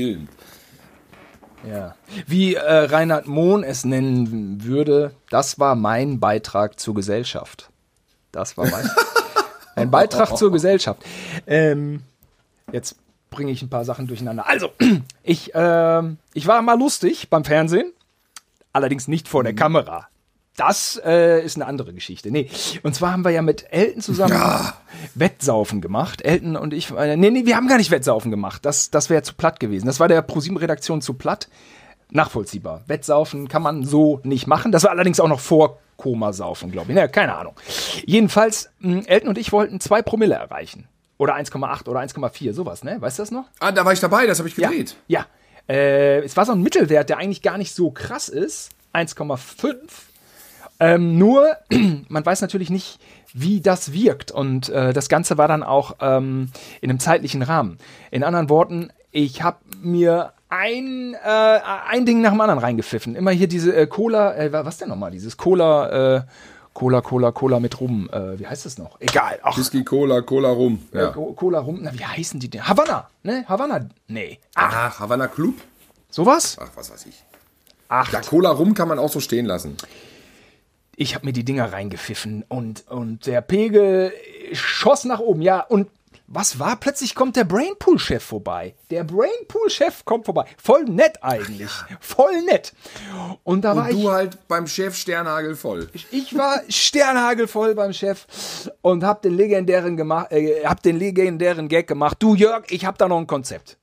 Ja. Wie Reinhard Mohn es nennen würde, das war mein Beitrag zur Gesellschaft. Das war ein Beitrag zur Gesellschaft. Jetzt bringe ich ein paar Sachen durcheinander. Also, ich war mal lustig beim Fernsehen, allerdings nicht vor der Kamera. Das ist eine andere Geschichte. Nee, und zwar haben wir ja mit Elton zusammen Wettsaufen gemacht. Elton und ich, nee, wir haben gar nicht Wettsaufen gemacht. Das wäre zu platt gewesen. Das war der ProSieben-Redaktion zu platt. Nachvollziehbar. Wettsaufen kann man so nicht machen. Das war allerdings auch noch vor Komasaufen, glaube ich. Naja, keine Ahnung. Jedenfalls, Elton und ich wollten 2 Promille erreichen. Oder 1,8 oder 1,4, sowas, ne? Weißt du das noch? Ah, da war ich dabei, das habe ich gedreht. Ja. Es war so ein Mittelwert, der eigentlich gar nicht so krass ist. 1,5. Nur, man weiß natürlich nicht, wie das wirkt. Und das Ganze war dann auch in einem zeitlichen Rahmen. In anderen Worten, ich habe mir ein Ding nach dem anderen reingepfiffen. Immer hier diese Cola, was denn nochmal? Dieses Cola mit Rum. Wie heißt das noch? Egal. Ach. Whisky, Cola Rum. Ja. Cola Rum. Na, wie heißen die denn? Havanna. Ne? Havanna. Nee. Ach, Havanna Club. Sowas? Ach, was weiß ich. Ach. Ja, Cola Rum kann man auch so stehen lassen. Ich habe mir die Dinger reingepfiffen und der Pegel schoss nach oben. Ja, und was war? Plötzlich kommt der Brainpool-Chef vorbei. Der Brainpool-Chef kommt vorbei. Voll nett eigentlich. Ja. Voll nett. Und da war ich... Und du halt beim Chef sternhagelvoll. Ich war sternhagelvoll beim Chef und hab den legendären Gag gemacht. Du, Jörg, ich hab da noch ein Konzept.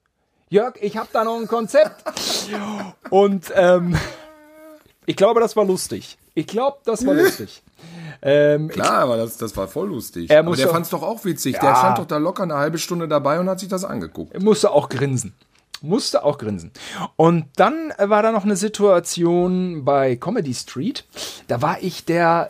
Und ich glaube, das war lustig. Klar, aber das war voll lustig. Aber der fand es doch auch witzig. Ja. Der stand doch da locker eine halbe Stunde dabei und hat sich das angeguckt. Er musste auch grinsen. Und dann war da noch eine Situation bei Comedy Street. Da war ich der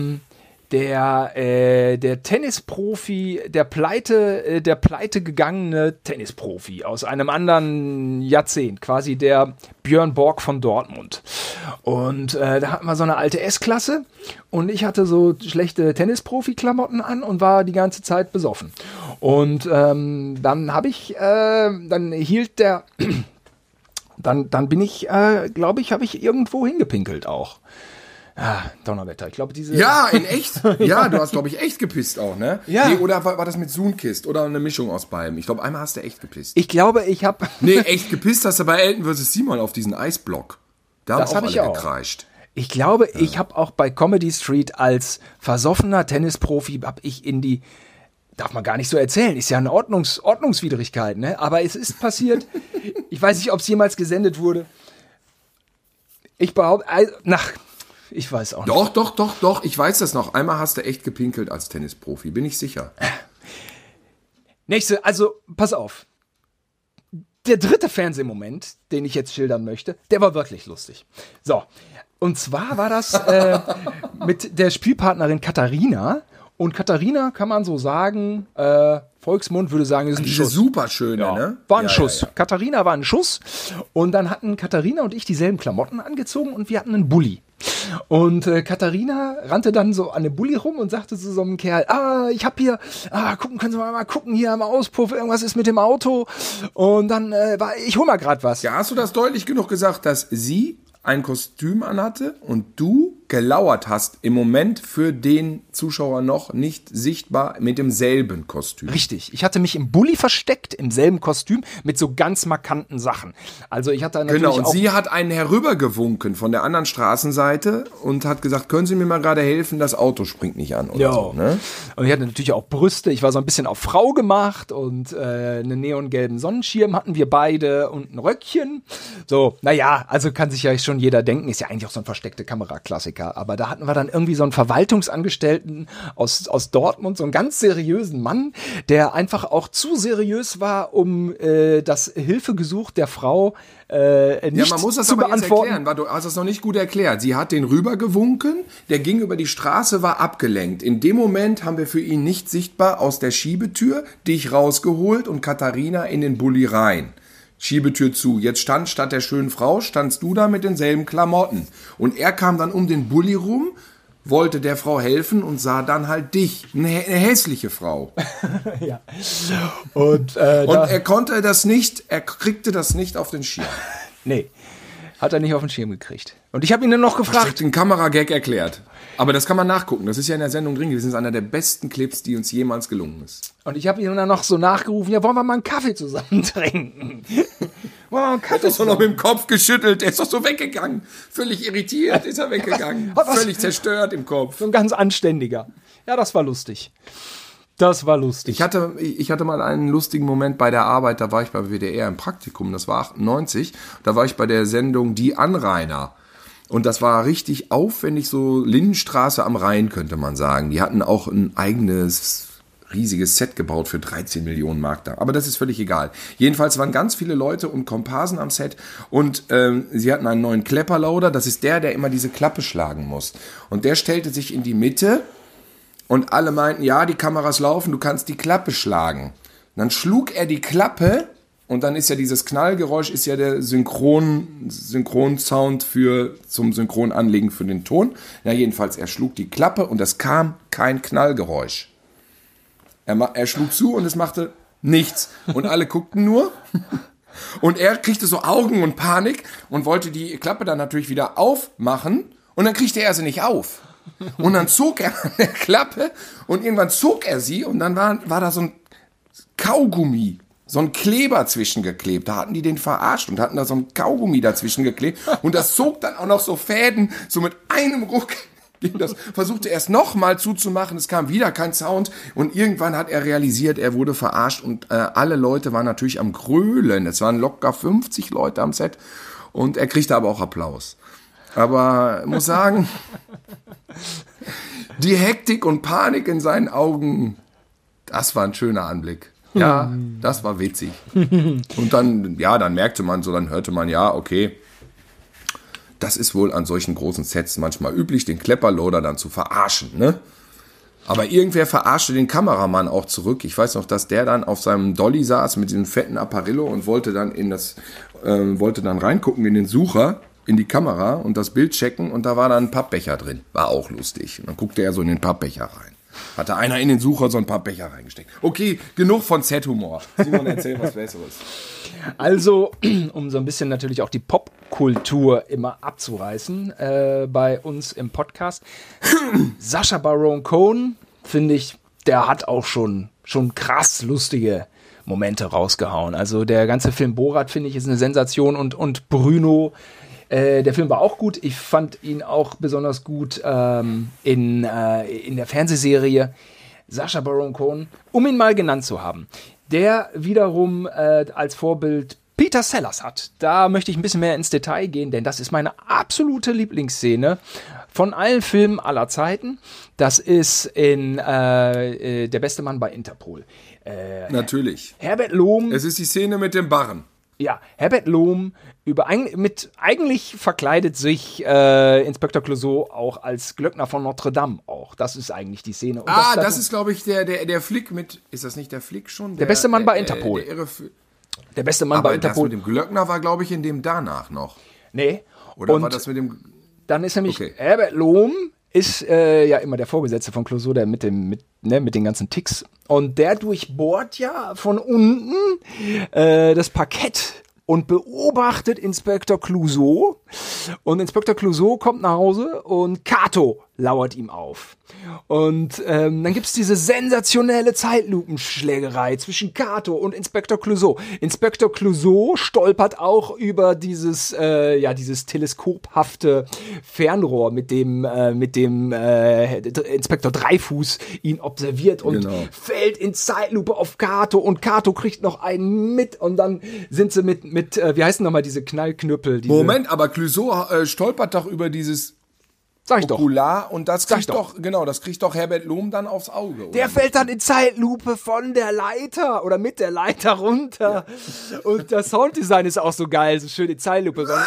Tennisprofi, der pleite gegangene Tennisprofi aus einem anderen Jahrzehnt, quasi der Björn Borg von Dortmund. Und da hatten wir so eine alte S-Klasse und ich hatte so schlechte Tennisprofi-Klamotten an und war die ganze Zeit besoffen. Und dann bin ich, glaube ich, habe ich irgendwo hingepinkelt auch. Ah, Donnerwetter. Ich glaube, diese... Ja, in echt? Ja, du hast, glaube ich, echt gepisst auch, ne? Ja. Nee, oder war das mit Sunkist? Oder eine Mischung aus beidem? Ich glaube, einmal hast du echt gepisst. Ich glaube, ich habe... Nee, echt gepisst hast du bei Elton vs. Simon auf diesen Eisblock. Da haben auch alle gekreischt. Ich glaube, ich habe auch bei Comedy Street als versoffener Tennisprofi, habe ich in die... Darf man gar nicht so erzählen, ist ja eine Ordnungswidrigkeit, ne? Aber es ist passiert. Ich weiß nicht, ob es jemals gesendet wurde. Ich behaupte... Ich weiß auch nicht. Doch, ich weiß das noch. Einmal hast du echt gepinkelt als Tennisprofi, bin ich sicher. Nächste, also pass auf. Der dritte Fernsehmoment, den ich jetzt schildern möchte, der war wirklich lustig. So, und zwar war das mit der Spielpartnerin Katharina. Und Katharina kann man so sagen, Volksmund würde sagen, ist ein Schuss. Super schöne, ja, ne? War ein Schuss. Ja. Katharina war ein Schuss. Und dann hatten Katharina und ich dieselben Klamotten angezogen und wir hatten einen Bulli. Und Katharina rannte dann so an dem Bulli rum und sagte zu so einem Kerl, ich hab hier, können Sie mal gucken, hier am Auspuff, irgendwas ist mit dem Auto. Und dann ich hol mal grad was. Ja, hast du das deutlich genug gesagt, dass sie ein Kostüm anhatte und du gelauert hast, im Moment für den Zuschauer noch nicht sichtbar mit demselben Kostüm. Richtig. Ich hatte mich im Bulli versteckt, im selben Kostüm, mit so ganz markanten Sachen. Also ich hatte natürlich und sie hat einen herübergewunken von der anderen Straßenseite und hat gesagt, können Sie mir mal gerade helfen, das Auto springt nicht an oder so. Ne? Und ich hatte natürlich auch Brüste. Ich war so ein bisschen auf Frau gemacht und einen neongelben Sonnenschirm hatten wir beide und ein Röckchen. So, naja, also kann sich ja schon jeder denken, ist ja eigentlich auch so ein versteckte Kameraklassiker. Aber da hatten wir dann irgendwie so einen Verwaltungsangestellten aus Dortmund, so einen ganz seriösen Mann, der einfach auch zu seriös war, um das Hilfegesuch der Frau nicht man muss das zu aber beantworten. Jetzt erklären, weil du hast das noch nicht gut erklärt. Sie hat den rübergewunken, der ging über die Straße, war abgelenkt. In dem Moment haben wir für ihn nicht sichtbar aus der Schiebetür dich rausgeholt und Katharina in den Bulli rein. Schiebetür zu. Jetzt statt der schönen Frau, standst du da mit denselben Klamotten. Und er kam dann um den Bulli rum, wollte der Frau helfen und sah dann halt dich. Eine hässliche Frau. Ja. Und er konnte das nicht, er kriegte das nicht auf den Schirm. Nee, hat er nicht auf den Schirm gekriegt. Und ich habe ihn dann noch gefragt. Den Kameragag erklärt. Aber das kann man nachgucken. Das ist ja in der Sendung drin gewesen. Das ist einer der besten Clips, die uns jemals gelungen ist. Und ich habe ihm dann noch so nachgerufen, ja, wollen wir mal einen Kaffee zusammen trinken? Er hat doch so noch mit dem Kopf geschüttelt. Der ist doch so weggegangen. Völlig irritiert ist er weggegangen. Völlig zerstört im Kopf. So ein ganz anständiger. Ja, das war lustig. Das war lustig. Ich hatte mal einen lustigen Moment bei der Arbeit. Da war ich bei WDR im Praktikum. Das war 98. Da war ich bei der Sendung Die Anrainer. Und das war richtig aufwendig, so Lindenstraße am Rhein, könnte man sagen. Die hatten auch ein eigenes riesiges Set gebaut für 13 Millionen Mark da. Aber das ist völlig egal. Jedenfalls waren ganz viele Leute und Komparsen am Set und sie hatten einen neuen Klepperlauder. Das ist der immer diese Klappe schlagen muss. Und der stellte sich in die Mitte und alle meinten, ja, die Kameras laufen, du kannst die Klappe schlagen. Und dann schlug er die Klappe und dann ist ja dieses Knallgeräusch, ist ja der Synchronsound zum Synchronanlegen für den Ton. Ja, jedenfalls, er schlug die Klappe und es kam kein Knallgeräusch. Er schlug zu und es machte nichts. Und alle guckten nur. Und er kriegte so Augen und Panik und wollte die Klappe dann natürlich wieder aufmachen. Und dann kriegte er sie nicht auf. Und dann zog er an der Klappe und irgendwann zog er sie und dann war da so ein Kaugummi, so ein Kleber zwischengeklebt. Da hatten die den verarscht und hatten da so ein Kaugummi dazwischen geklebt. Und das zog dann auch noch so Fäden, so mit einem Ruck. Das versuchte erst nochmal zuzumachen, es kam wieder kein Sound und irgendwann hat er realisiert, er wurde verarscht und alle Leute waren natürlich am Grölen. Es waren locker 50 Leute am Set und er kriegte aber auch Applaus. Aber ich muss sagen, die Hektik und Panik in seinen Augen, das war ein schöner Anblick. Ja, das war witzig. Und dann merkte man so, dann hörte man, ja, okay, das ist wohl an solchen großen Sets manchmal üblich, den Klepperloader dann zu verarschen, ne? Aber irgendwer verarschte den Kameramann auch zurück. Ich weiß noch, dass der dann auf seinem Dolly saß mit diesem fetten Apparillo und wollte dann reingucken in den Sucher, in die Kamera und das Bild checken und da war dann ein Pappbecher drin. War auch lustig. Und dann guckte er so in den Pappbecher rein. Hatte einer in den Sucher so ein Pappbecher reingesteckt. Okay, genug von Z-Humor. Simon, erzähl was Besseres. Also, um so ein bisschen natürlich auch die Popkultur immer abzureißen bei uns im Podcast. Sacha Baron Cohen, finde ich, der hat auch schon krass lustige Momente rausgehauen. Also der ganze Film Borat, finde ich, ist eine Sensation und Bruno, der Film war auch gut. Ich fand ihn auch besonders gut in der Fernsehserie Sacha Baron Cohen, um ihn mal genannt zu haben. Der wiederum als Vorbild Peter Sellers hat. Da möchte ich ein bisschen mehr ins Detail gehen, denn das ist meine absolute Lieblingsszene von allen Filmen aller Zeiten. Das ist in Der beste Mann bei Interpol. Natürlich. Herbert Lohm. Es ist die Szene mit dem Barren. Ja, Herbert Lohm eigentlich verkleidet sich Inspektor Clouseau auch als Glöckner von Notre Dame auch. Das ist eigentlich die Szene. Und das ist, glaube ich, der Flick mit, ist das nicht der Flick schon? Der beste Mann bei Interpol. Der beste Mann bei Interpol. Das mit dem Glöckner war, glaube ich, in dem danach noch. Nee. Oder war das mit dem... Dann ist nämlich Herbert Lohm ist ja immer der Vorgesetzte von Clouseau, der mit den ganzen Ticks. Und der durchbohrt ja von unten das Parkett und beobachtet Inspektor Clouseau. Und Inspektor Clouseau kommt nach Hause und Kato lauert ihm auf. Und dann gibt's diese sensationelle Zeitlupenschlägerei zwischen Kato und Inspektor Clouseau. Inspektor Clouseau stolpert auch über dieses teleskophafte Fernrohr, mit dem Inspektor Dreifuß ihn observiert und fällt in Zeitlupe auf Kato und Kato kriegt noch einen mit und dann sind sie mit wie heißen nochmal diese Knallknüppel? Moment, aber Clouseau stolpert doch über dieses Okular und das kriegt doch Herbert Lohm dann aufs Auge. Der fällt dann in Zeitlupe von der Leiter oder mit der Leiter runter. Ja. Und das Sounddesign ist auch so geil, so schön in Zeitlupe. So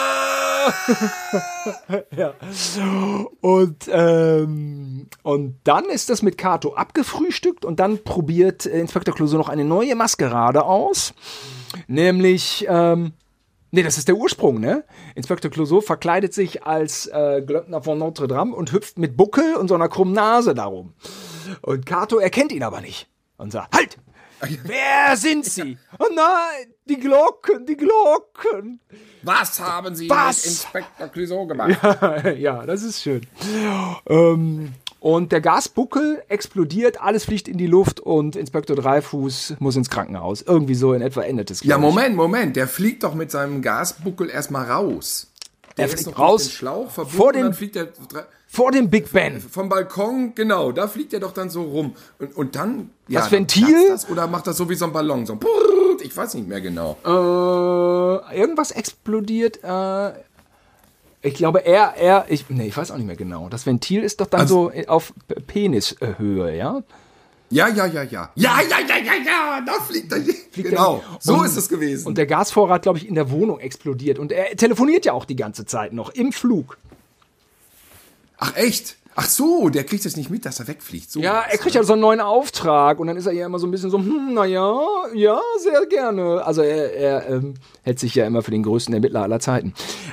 ja. Und dann ist das mit Kato abgefrühstückt und dann probiert Inspektor Clouseau noch eine neue Maskerade aus. Nämlich, das ist der Ursprung, ne? Inspektor Clouseau verkleidet sich als Glöckner von Notre Dame und hüpft mit Buckel und so einer krummen Nase darum. Und Kato erkennt ihn aber nicht und sagt, halt! Wer sind Sie? Oh nein, die Glocken! Was haben Sie mit Inspektor Clouseau gemacht? Ja, das ist schön. Und der Gasbuckel explodiert, alles fliegt in die Luft und Inspektor Dreifuß muss ins Krankenhaus. Irgendwie so in etwa endet es. Ja, Moment, der fliegt doch mit seinem Gasbuckel erstmal raus. Der fliegt raus, den Schlauch verbunden, dann fliegt er vor dem Big Ben. Vom Balkon, genau, da fliegt er doch dann so rum. Und dann, das Ventil? Oder macht das so wie so ein Ballon, so ich weiß nicht mehr genau. Irgendwas explodiert, ich glaube, ich weiß auch nicht mehr genau. Das Ventil ist doch dann so auf Penishöhe, ja? Ja. Ja, da fliegt er. Genau, so ist es gewesen. Und der Gasvorrat, glaube ich, in der Wohnung explodiert. Und er telefoniert ja auch die ganze Zeit noch im Flug. Ach, echt? Ach so, der kriegt es nicht mit, dass er wegfliegt. So ja, er kriegt ja so einen neuen Auftrag. Und dann ist er ja immer so ein bisschen so, naja, ja, sehr gerne. Also er hält sich ja immer für den größten Ermittler aller Zeiten.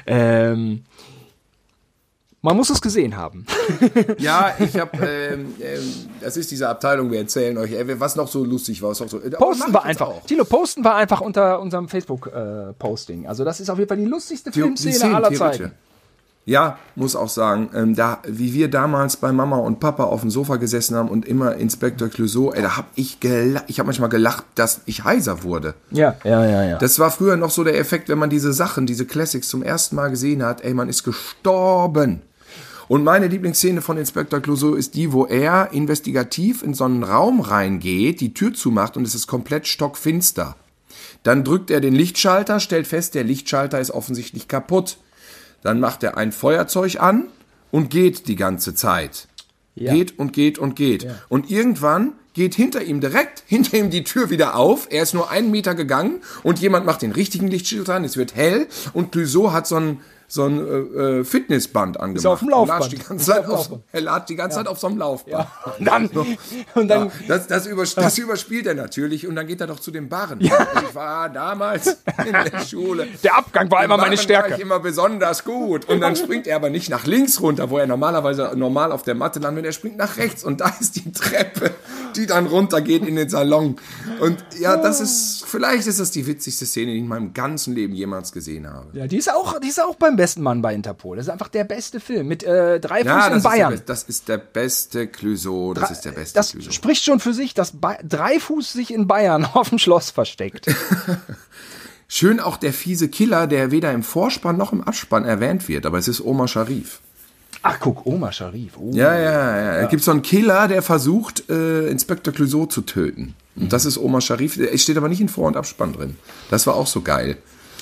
Man muss es gesehen haben. Ja, ich habe, das ist diese Abteilung, wir erzählen euch, was noch so lustig war. Posten war einfach, Thilo, posten war einfach unter unserem Facebook-Posting. Also das ist auf jeden Fall die lustigste Filmszene aller Zeiten. Ja, muss auch sagen, wie wir damals bei Mama und Papa auf dem Sofa gesessen haben und immer Inspektor Clouseau, da habe ich habe manchmal gelacht, dass ich heiser wurde. Ja. Das war früher noch so der Effekt, wenn man diese Sachen, diese Classics zum ersten Mal gesehen hat, man ist gestorben. Und meine Lieblingsszene von Inspektor Clouseau ist die, wo er investigativ in so einen Raum reingeht, die Tür zumacht und es ist komplett stockfinster. Dann drückt er den Lichtschalter, stellt fest, der Lichtschalter ist offensichtlich kaputt. Dann macht er ein Feuerzeug an und geht die ganze Zeit. Ja. Geht. Ja. Und irgendwann geht hinter ihm die Tür wieder auf. Er ist nur 1 Meter gegangen und jemand macht den richtigen Lichtschalter an. Es wird hell und Clouseau hat so ein Fitnessband angemacht. Ist auf dem Laufband. Er latscht die ganze Zeit auf so einem Laufband. Ja. Und dann das überspielt er natürlich und dann geht er doch zu den Barren. Ja. Ich war damals in der Schule. Der Abgang war immer meine Stärke. War ich immer besonders gut. Und dann springt er aber nicht nach links runter, wo er normalerweise normal auf der Matte landet. Er springt nach rechts und da ist die Treppe, die dann runtergeht in den Salon. Und ja, vielleicht ist das die witzigste Szene, die ich in meinem ganzen Leben jemals gesehen habe. Ja, die ist auch beim besten Mann bei Interpol. Das ist einfach der beste Film mit 3 Fuß in Bayern. Das ist der beste Clouseau. Das spricht schon für sich, dass 3 Fuß sich in Bayern auf dem Schloss versteckt. Schön auch der fiese Killer, der weder im Vorspann noch im Abspann erwähnt wird, aber es ist Omar Sharif. Ach, guck, Omar Sharif. Oh. Ja. Es gibt so einen Killer, der versucht, Inspektor Clouseau zu töten. Und das ist Omar Sharif. Es steht aber nicht in Vor- und Abspann drin. Das war auch so geil.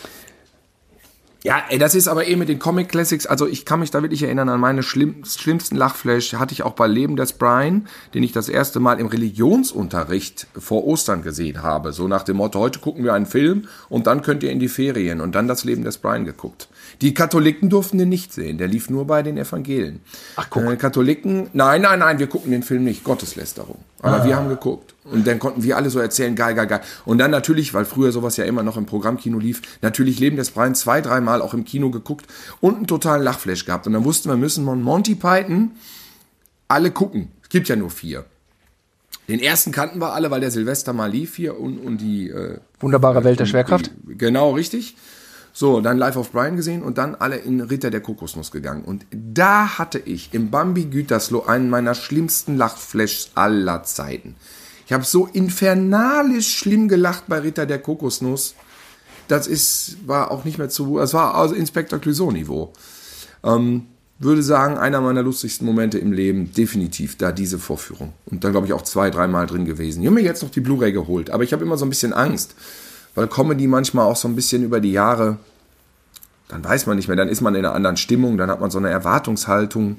Ja, das ist aber mit den Comic Classics, also ich kann mich da wirklich erinnern an meine schlimmsten Lachflash, hatte ich auch bei Leben des Brian, den ich das erste Mal im Religionsunterricht vor Ostern gesehen habe. So nach dem Motto, heute gucken wir einen Film und dann könnt ihr in die Ferien und dann das Leben des Brian geguckt. Die Katholiken durften den nicht sehen, der lief nur bei den Evangelien. Ach, guck. Katholiken, nein, wir gucken den Film nicht, Gotteslästerung. Aber wir haben geguckt. Und dann konnten wir alle so erzählen, geil. Und dann natürlich, weil früher sowas ja immer noch im Programmkino lief, natürlich Leben des Brian 2-3 Mal auch im Kino geguckt und einen totalen Lachflash gehabt. Und dann wussten wir, müssen Monty Python alle gucken. Es gibt ja nur 4. Den ersten kannten wir alle, weil der Silvester mal lief hier und die... Wunderbare Welt der Schwerkraft. Genau, richtig. So, dann Life of Brian gesehen und dann alle in Ritter der Kokosnuss gegangen. Und da hatte ich im Bambi Gütersloh einen meiner schlimmsten Lachflashs aller Zeiten. Ich habe so infernalisch schlimm gelacht bei Ritter der Kokosnuss. War auch nicht mehr es war also Inspektor Clouseau-Niveau. Würde sagen, einer meiner lustigsten Momente im Leben, definitiv, da diese Vorführung. Und dann, glaube ich, auch 2-3 Mal drin gewesen. Ich habe mir jetzt noch die Blu-ray geholt, aber ich habe immer so ein bisschen Angst. Weil Comedy manchmal auch so ein bisschen über die Jahre, dann weiß man nicht mehr, dann ist man in einer anderen Stimmung, dann hat man so eine Erwartungshaltung.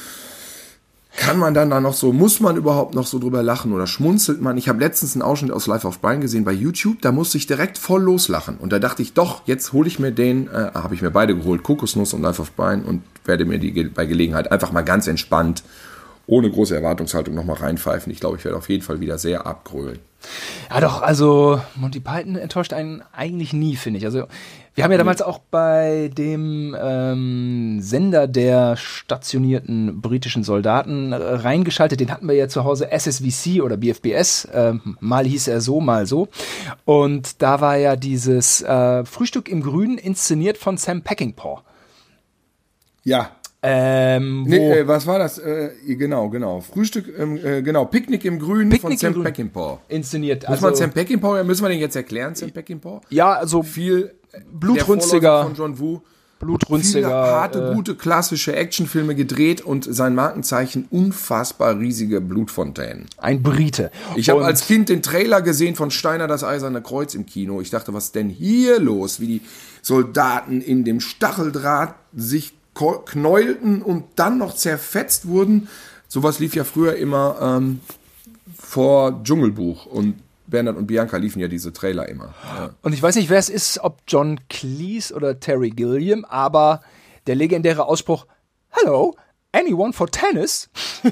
Kann man dann da noch so, muss man überhaupt noch so drüber lachen oder schmunzelt man? Ich habe letztens einen Ausschnitt aus Life of Brian gesehen bei YouTube, da musste ich direkt voll loslachen. Und da dachte ich, doch, jetzt hole ich mir habe ich mir beide geholt, Kokosnuss und Life of Brian und werde mir die bei Gelegenheit einfach mal ganz entspannt, ohne große Erwartungshaltung nochmal reinpfeifen. Ich glaube, ich werde auf jeden Fall wieder sehr abgrölen. Ja doch, also Monty Python enttäuscht einen eigentlich nie, finde ich. Also wir haben ja damals auch bei dem Sender der stationierten britischen Soldaten reingeschaltet. Den hatten wir ja zu Hause, SSVC oder BFBS. Mal hieß er so, mal so. Und da war ja dieses Frühstück im Grünen inszeniert von Sam Peckinpah. Ja. Was war das? Genau. Frühstück, Picknick im Grünen von Sam Peckinpah. Inszeniert. Muss man Sam Peckinpah, müssen wir den jetzt erklären, Sam Peckinpah? Ja, also viel blutrünstiger von John Woo. Blutrünstiger. Viele harte, gute, klassische Actionfilme gedreht und sein Markenzeichen unfassbar riesige Blutfontänen. Ein Brite. Ich habe als Kind den Trailer gesehen von Steiner das Eiserne Kreuz im Kino. Ich dachte, was ist denn hier los? Wie die Soldaten in dem Stacheldraht sich knäulten und dann noch zerfetzt wurden. Sowas lief ja früher immer vor Dschungelbuch und Bernhard und Bianca liefen ja diese Trailer immer. Ja. Und ich weiß nicht, wer es ist, ob John Cleese oder Terry Gilliam, aber der legendäre Ausspruch, "Hello, anyone for tennis?"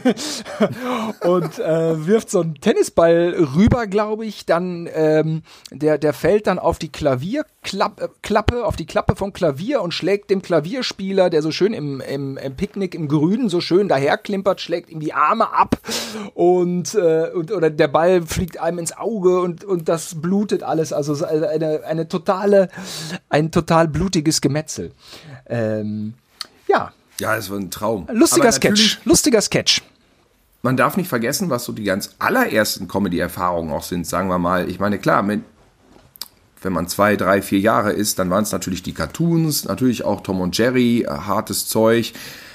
und wirft so einen Tennisball rüber, glaube ich, dann der fällt dann auf die Klavierklappe, auf die Klappe vom Klavier und schlägt dem Klavierspieler, der so schön im Picknick im Grünen so schön daherklimpert, schlägt ihm die Arme ab oder der Ball fliegt einem ins Auge und das blutet alles, also ein total blutiges Gemetzel. Ja, es war ein Traum. Lustiger Sketch. Man darf nicht vergessen, was so die ganz allerersten Comedy-Erfahrungen auch sind, sagen wir mal. Ich meine, klar, wenn man 2, 3, 4 Jahre ist, dann waren es natürlich die Cartoons, natürlich auch Tom und Jerry, hartes Zeug.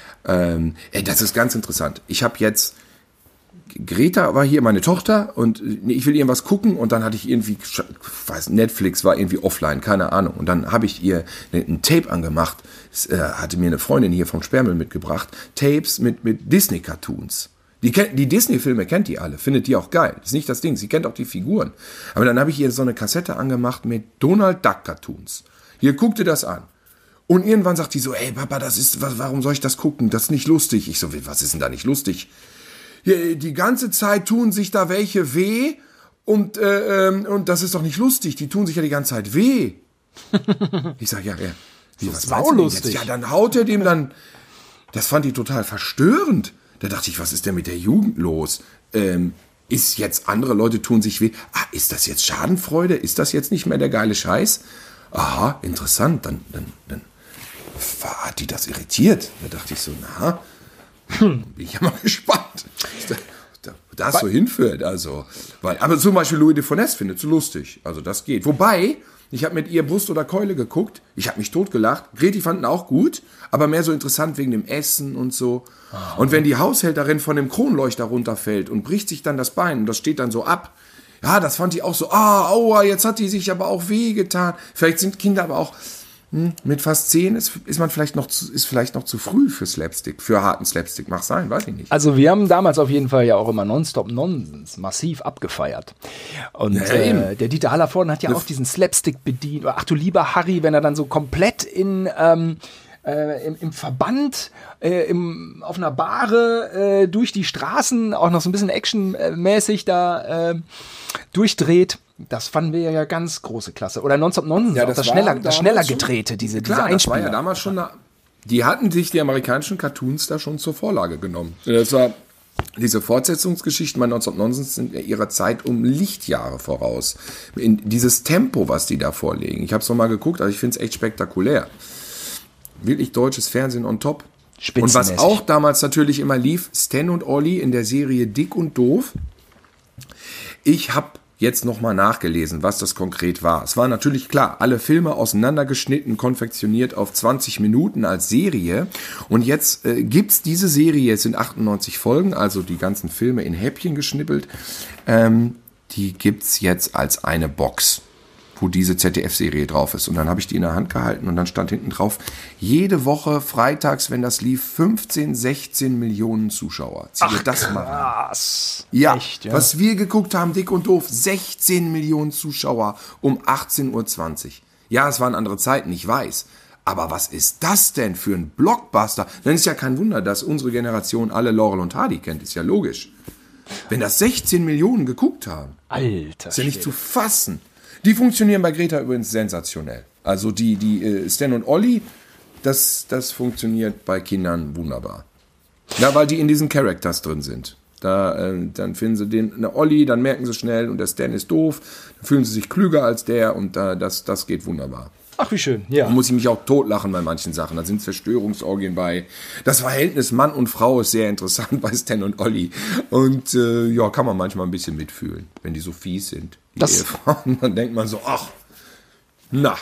Das ist ganz interessant. Ich habe jetzt, Greta war hier, meine Tochter, und ich will irgendwas gucken und dann hatte ich irgendwie, Netflix war irgendwie offline, keine Ahnung. Und dann habe ich ihr ein Tape angemacht, hatte mir eine Freundin hier vom Sperrmüll mitgebracht, Tapes mit Disney-Cartoons. Die Disney-Filme kennt die alle, findet die auch geil. Das ist nicht das Ding, sie kennt auch die Figuren. Aber dann habe ich ihr so eine Kassette angemacht mit Donald Duck-Cartoons. Hier, guck dir das an. Und irgendwann sagt die so, ey Papa, warum soll ich das gucken? Das ist nicht lustig. Ich so, was ist denn da nicht lustig? Die ganze Zeit tun sich da welche weh und das ist doch nicht lustig. Die tun sich ja die ganze Zeit weh. Ich sag, ja. Wie, was meinst du denn jetzt? Ja, dann haut er dem dann. Das fand die total verstörend. Da dachte ich, was ist denn mit der Jugend los? Ist jetzt andere Leute tun sich weh? Ist das jetzt Schadenfreude? Ist das jetzt nicht mehr der geile Scheiß? Aha, interessant. Dann hat die das irritiert. Da dachte ich so, bin ich ja mal gespannt, das so hinführt. Also, aber zum Beispiel Louis de Funès findet so lustig. Also das geht. Wobei, ich habe mit ihr Brust oder Keule geguckt. Ich habe mich totgelacht. Greti fanden auch gut, aber mehr so interessant wegen dem Essen und so. Und wenn die Haushälterin von dem Kronleuchter runterfällt und bricht sich dann das Bein und das steht dann so ab. Ja, das fand ich auch so, aua, jetzt hat die sich aber auch wehgetan. Vielleicht sind Kinder aber auch mit fast 10 ist vielleicht noch zu früh für Slapstick, für harten Slapstick. Mag sein, weiß ich nicht. Also wir haben damals auf jeden Fall ja auch immer Nonstop Nonsens massiv abgefeiert. Und der Dieter Hallervorden hat ja auch diesen Slapstick bedient. Oder ach du lieber Harry, wenn er dann so komplett im Verband auf einer Bahre durch die Straßen, auch noch so ein bisschen actionmäßig da durchdreht. Das fanden wir ja ganz große Klasse. Oder Nonstop Nonsens, auch das schneller gedrehte, diese Einspieler. Das war ja damals schon die hatten sich die amerikanischen Cartoons da schon zur Vorlage genommen. Das war diese Fortsetzungsgeschichten bei Nonstop Nonsens sind ihrer Zeit um Lichtjahre voraus. In dieses Tempo, was die da vorlegen. Ich habe es nochmal geguckt, also ich finde es echt spektakulär. Wirklich deutsches Fernsehen on top. Und was auch damals natürlich immer lief, Stan und Olli in der Serie Dick und Doof. Ich habe jetzt nochmal nachgelesen, was das konkret war. Es war natürlich klar, alle Filme auseinandergeschnitten, konfektioniert auf 20 Minuten als Serie. Und jetzt gibt's diese Serie, es sind 98 Folgen, also die ganzen Filme in Häppchen geschnippelt. Die gibt's jetzt als eine Box, wo diese ZDF-Serie drauf ist. Und dann habe ich die in der Hand gehalten und dann stand hinten drauf, jede Woche freitags, wenn das lief, 15, 16 Millionen Zuschauer. Zieh dir das mal rein. Ja, echt, ja, was wir geguckt haben, Dick und Doof, 16 Millionen Zuschauer um 18.20 Uhr. Ja, es waren andere Zeiten, ich weiß. Aber was ist das denn für ein Blockbuster? Dann ist ja kein Wunder, dass unsere Generation alle Laurel und Hardy kennt, ist ja logisch. Wenn das 16 Millionen geguckt haben, Alter, ist ja nicht zu fassen. Die funktionieren bei Greta übrigens sensationell. Also die Stan und Olli, das funktioniert bei Kindern wunderbar. Ja, weil die in diesen Characters drin sind. Dann finden sie den Olli, dann merken sie schnell und der Stan ist doof, dann fühlen sie sich klüger als der und das geht wunderbar. Ach, wie schön, ja. Da muss ich mich auch totlachen bei manchen Sachen. Da sind Zerstörungsorgien bei. Das Verhältnis Mann und Frau ist sehr interessant bei Stan und Olli. Und kann man manchmal ein bisschen mitfühlen, wenn die so fies sind. Die Ehefrauen, dann denkt man so, ach, na.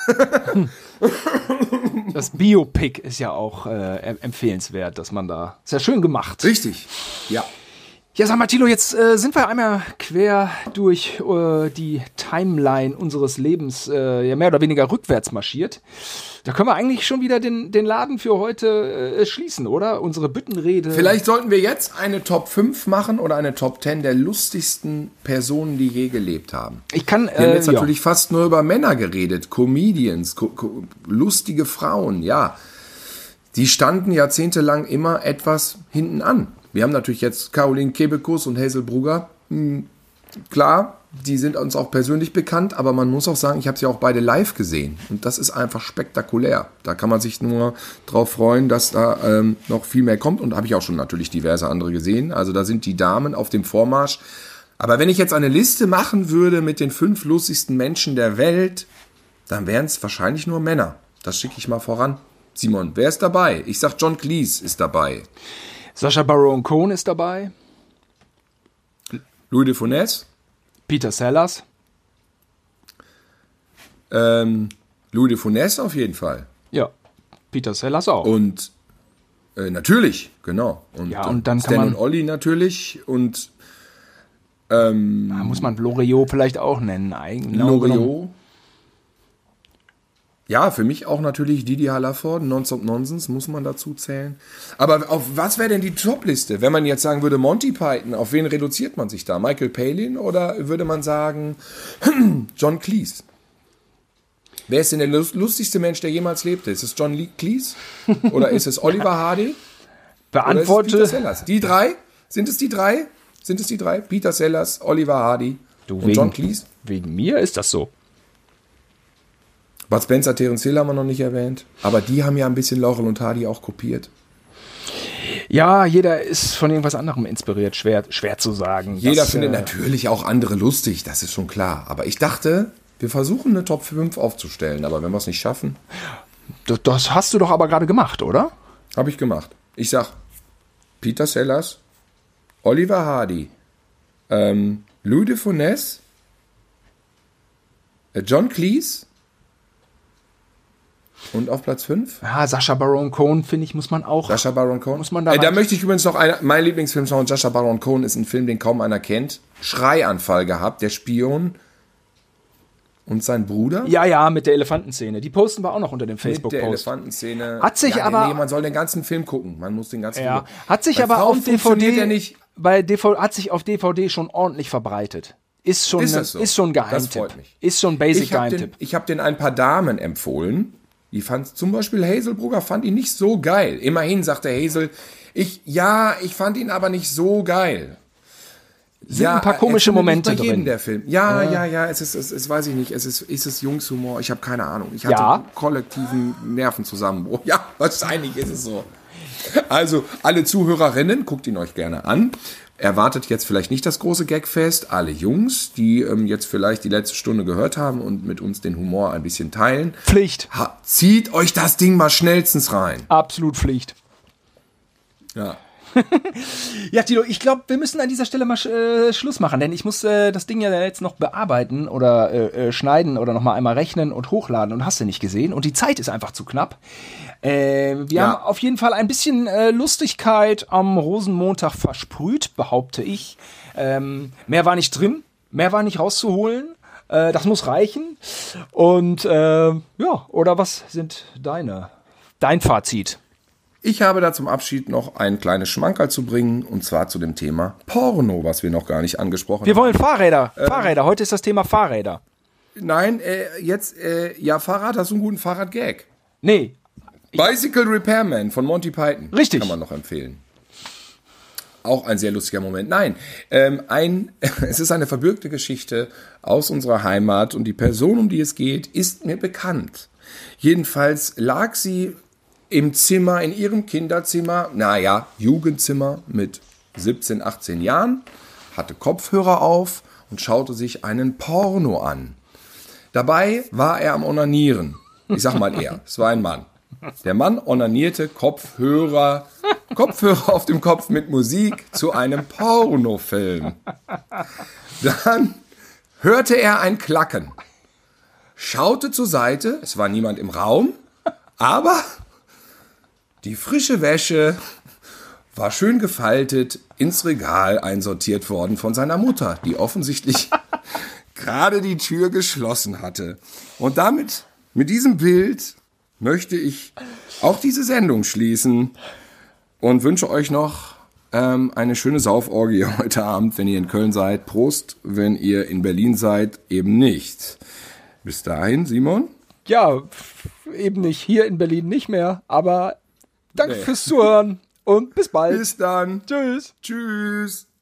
Das Biopic ist ja auch empfehlenswert, dass man da, ist ja schön gemacht. Richtig, ja. Ja, sag mal, Thilo, jetzt sind wir einmal quer durch die Timeline unseres Lebens ja mehr oder weniger rückwärts marschiert. Da können wir eigentlich schon wieder den Laden für heute schließen, oder? Unsere Büttenrede. Vielleicht sollten wir jetzt eine Top 5 machen oder eine Top 10 der lustigsten Personen, die je gelebt haben. Wir haben jetzt natürlich fast nur über Männer geredet, Comedians, lustige Frauen, ja. Die standen jahrzehntelang immer etwas hinten an. Wir haben natürlich jetzt Caroline Kebekus und Hazel Brugger. Klar, die sind uns auch persönlich bekannt, aber man muss auch sagen, ich habe sie auch beide live gesehen. Und das ist einfach spektakulär. Da kann man sich nur drauf freuen, dass da noch viel mehr kommt. Und da habe ich auch schon natürlich diverse andere gesehen. Also da sind die Damen auf dem Vormarsch. Aber wenn ich jetzt eine Liste machen würde mit den 5 lustigsten Menschen der Welt, dann wären es wahrscheinlich nur Männer. Das schicke ich mal voran. Simon, wer ist dabei? Ich sag, John Cleese ist dabei. Sacha Baron Cohen ist dabei. Louis de Funès. Peter Sellers. Louis de Funès auf jeden Fall. Ja, Peter Sellers auch. Und natürlich, genau. Und, ja, und dann Stan kann man, und Olli natürlich. Und muss man Loriot vielleicht auch nennen. Loriot. Ja, für mich auch natürlich Didi Hallervorden, Nonstop Nonsense, muss man dazu zählen. Aber auf was wäre denn die Top-Liste? Wenn man jetzt sagen würde Monty Python, auf wen reduziert man sich da? Michael Palin oder würde man sagen John Cleese? Wer ist denn der lustigste Mensch, der jemals lebte? Ist es John Cleese? Oder ist es Oliver Hardy? Beantworte. Oder ist es Peter Sellers? Die drei? Sind es die drei? Sind es die drei? Peter Sellers, Oliver Hardy und John Cleese? Wegen mir ist das so. Bud Spencer, Terence Hill haben wir noch nicht erwähnt. Aber die haben ja ein bisschen Laurel und Hardy auch kopiert. Ja, jeder ist von irgendwas anderem inspiriert. Schwer zu sagen. Jeder findet natürlich auch andere lustig, das ist schon klar. Aber ich dachte, wir versuchen eine Top 5 aufzustellen. Aber wenn wir es nicht schaffen... Das hast du doch aber gerade gemacht, oder? Habe ich gemacht. Ich sag Peter Sellers, Oliver Hardy, Louis de Funès, John Cleese... Und auf Platz 5? Ja, Sacha Baron Cohen, finde ich, muss man auch. Sacha Baron Cohen? Muss man da möchte ich übrigens noch mein Lieblingsfilm schauen. Sacha Baron Cohen ist ein Film, den kaum einer kennt. Schreianfall gehabt, der Spion und sein Bruder. Ja, mit der Elefantenszene. Die posten wir auch noch unter dem Facebook-Post. Mit der Elefantenszene. Hat sich aber... Nee, man soll den ganzen Film gucken. Man muss den ganzen Film gucken. Hat sich bei aber Frauen auf DVD... Ja nicht. Hat sich auf DVD schon ordentlich verbreitet. Ist schon ein Geheimtipp. Das freut mich. Ist schon ein Basic-Geheimtipp. Ich habe den ein paar Damen empfohlen. Die fand zum Beispiel Hazel Brugger fand ihn nicht so geil. Immerhin sagte Hazel, ich fand ihn aber nicht so geil. Sind ein paar komische Momente drin. Der Film. Ja, es ist, weiß ich nicht, ist es Jungshumor? Ich habe keine Ahnung. Ich hatte kollektiven Nervenzusammenbruch. Ja, wahrscheinlich ist es so. Also, alle Zuhörerinnen, guckt ihn euch gerne an. Erwartet jetzt vielleicht nicht das große Gagfest. Alle Jungs, die jetzt vielleicht die letzte Stunde gehört haben und mit uns den Humor ein bisschen teilen. Pflicht. Zieht euch das Ding mal schnellstens rein. Absolut Pflicht. Ja. Ja, Tilo, ich glaube, wir müssen an dieser Stelle mal Schluss machen, denn ich muss das Ding ja jetzt noch bearbeiten oder schneiden oder noch mal einmal rechnen und hochladen und hast du nicht gesehen und die Zeit ist einfach zu knapp. Wir haben auf jeden Fall ein bisschen Lustigkeit am Rosenmontag versprüht, behaupte ich. Mehr war nicht drin, mehr war nicht rauszuholen. Das muss reichen. Und oder was sind dein Fazit? Ich habe da zum Abschied noch ein kleines Schmankerl zu bringen, und zwar zu dem Thema Porno, was wir noch gar nicht angesprochen haben. Wir wollen Fahrräder. Fahrräder. Heute ist das Thema Fahrräder. Nein, Fahrrad, hast du einen guten Fahrrad-Gag? Nee. Bicycle Repairman von Monty Python. Richtig. Kann man noch empfehlen. Auch ein sehr lustiger Moment. Nein, es ist eine verbürgte Geschichte aus unserer Heimat und die Person, um die es geht, ist mir bekannt. Jedenfalls lag sie im Zimmer, in ihrem Kinderzimmer, Jugendzimmer mit 17, 18 Jahren, hatte Kopfhörer auf und schaute sich einen Porno an. Dabei war er am Onanieren. Ich sag mal es war ein Mann. Der Mann onanierte Kopfhörer auf dem Kopf mit Musik zu einem Pornofilm. Dann hörte er ein Klacken, schaute zur Seite, es war niemand im Raum, aber die frische Wäsche war schön gefaltet ins Regal einsortiert worden von seiner Mutter, die offensichtlich gerade die Tür geschlossen hatte. Und damit, mit diesem Bild, möchte ich auch diese Sendung schließen und wünsche euch noch eine schöne Sauforgie heute Abend, wenn ihr in Köln seid. Prost, wenn ihr in Berlin seid, eben nicht. Bis dahin, Simon? Ja, eben nicht. Hier in Berlin nicht mehr. Aber danke fürs Zuhören und bis bald. Bis dann. Tschüss. Tschüss.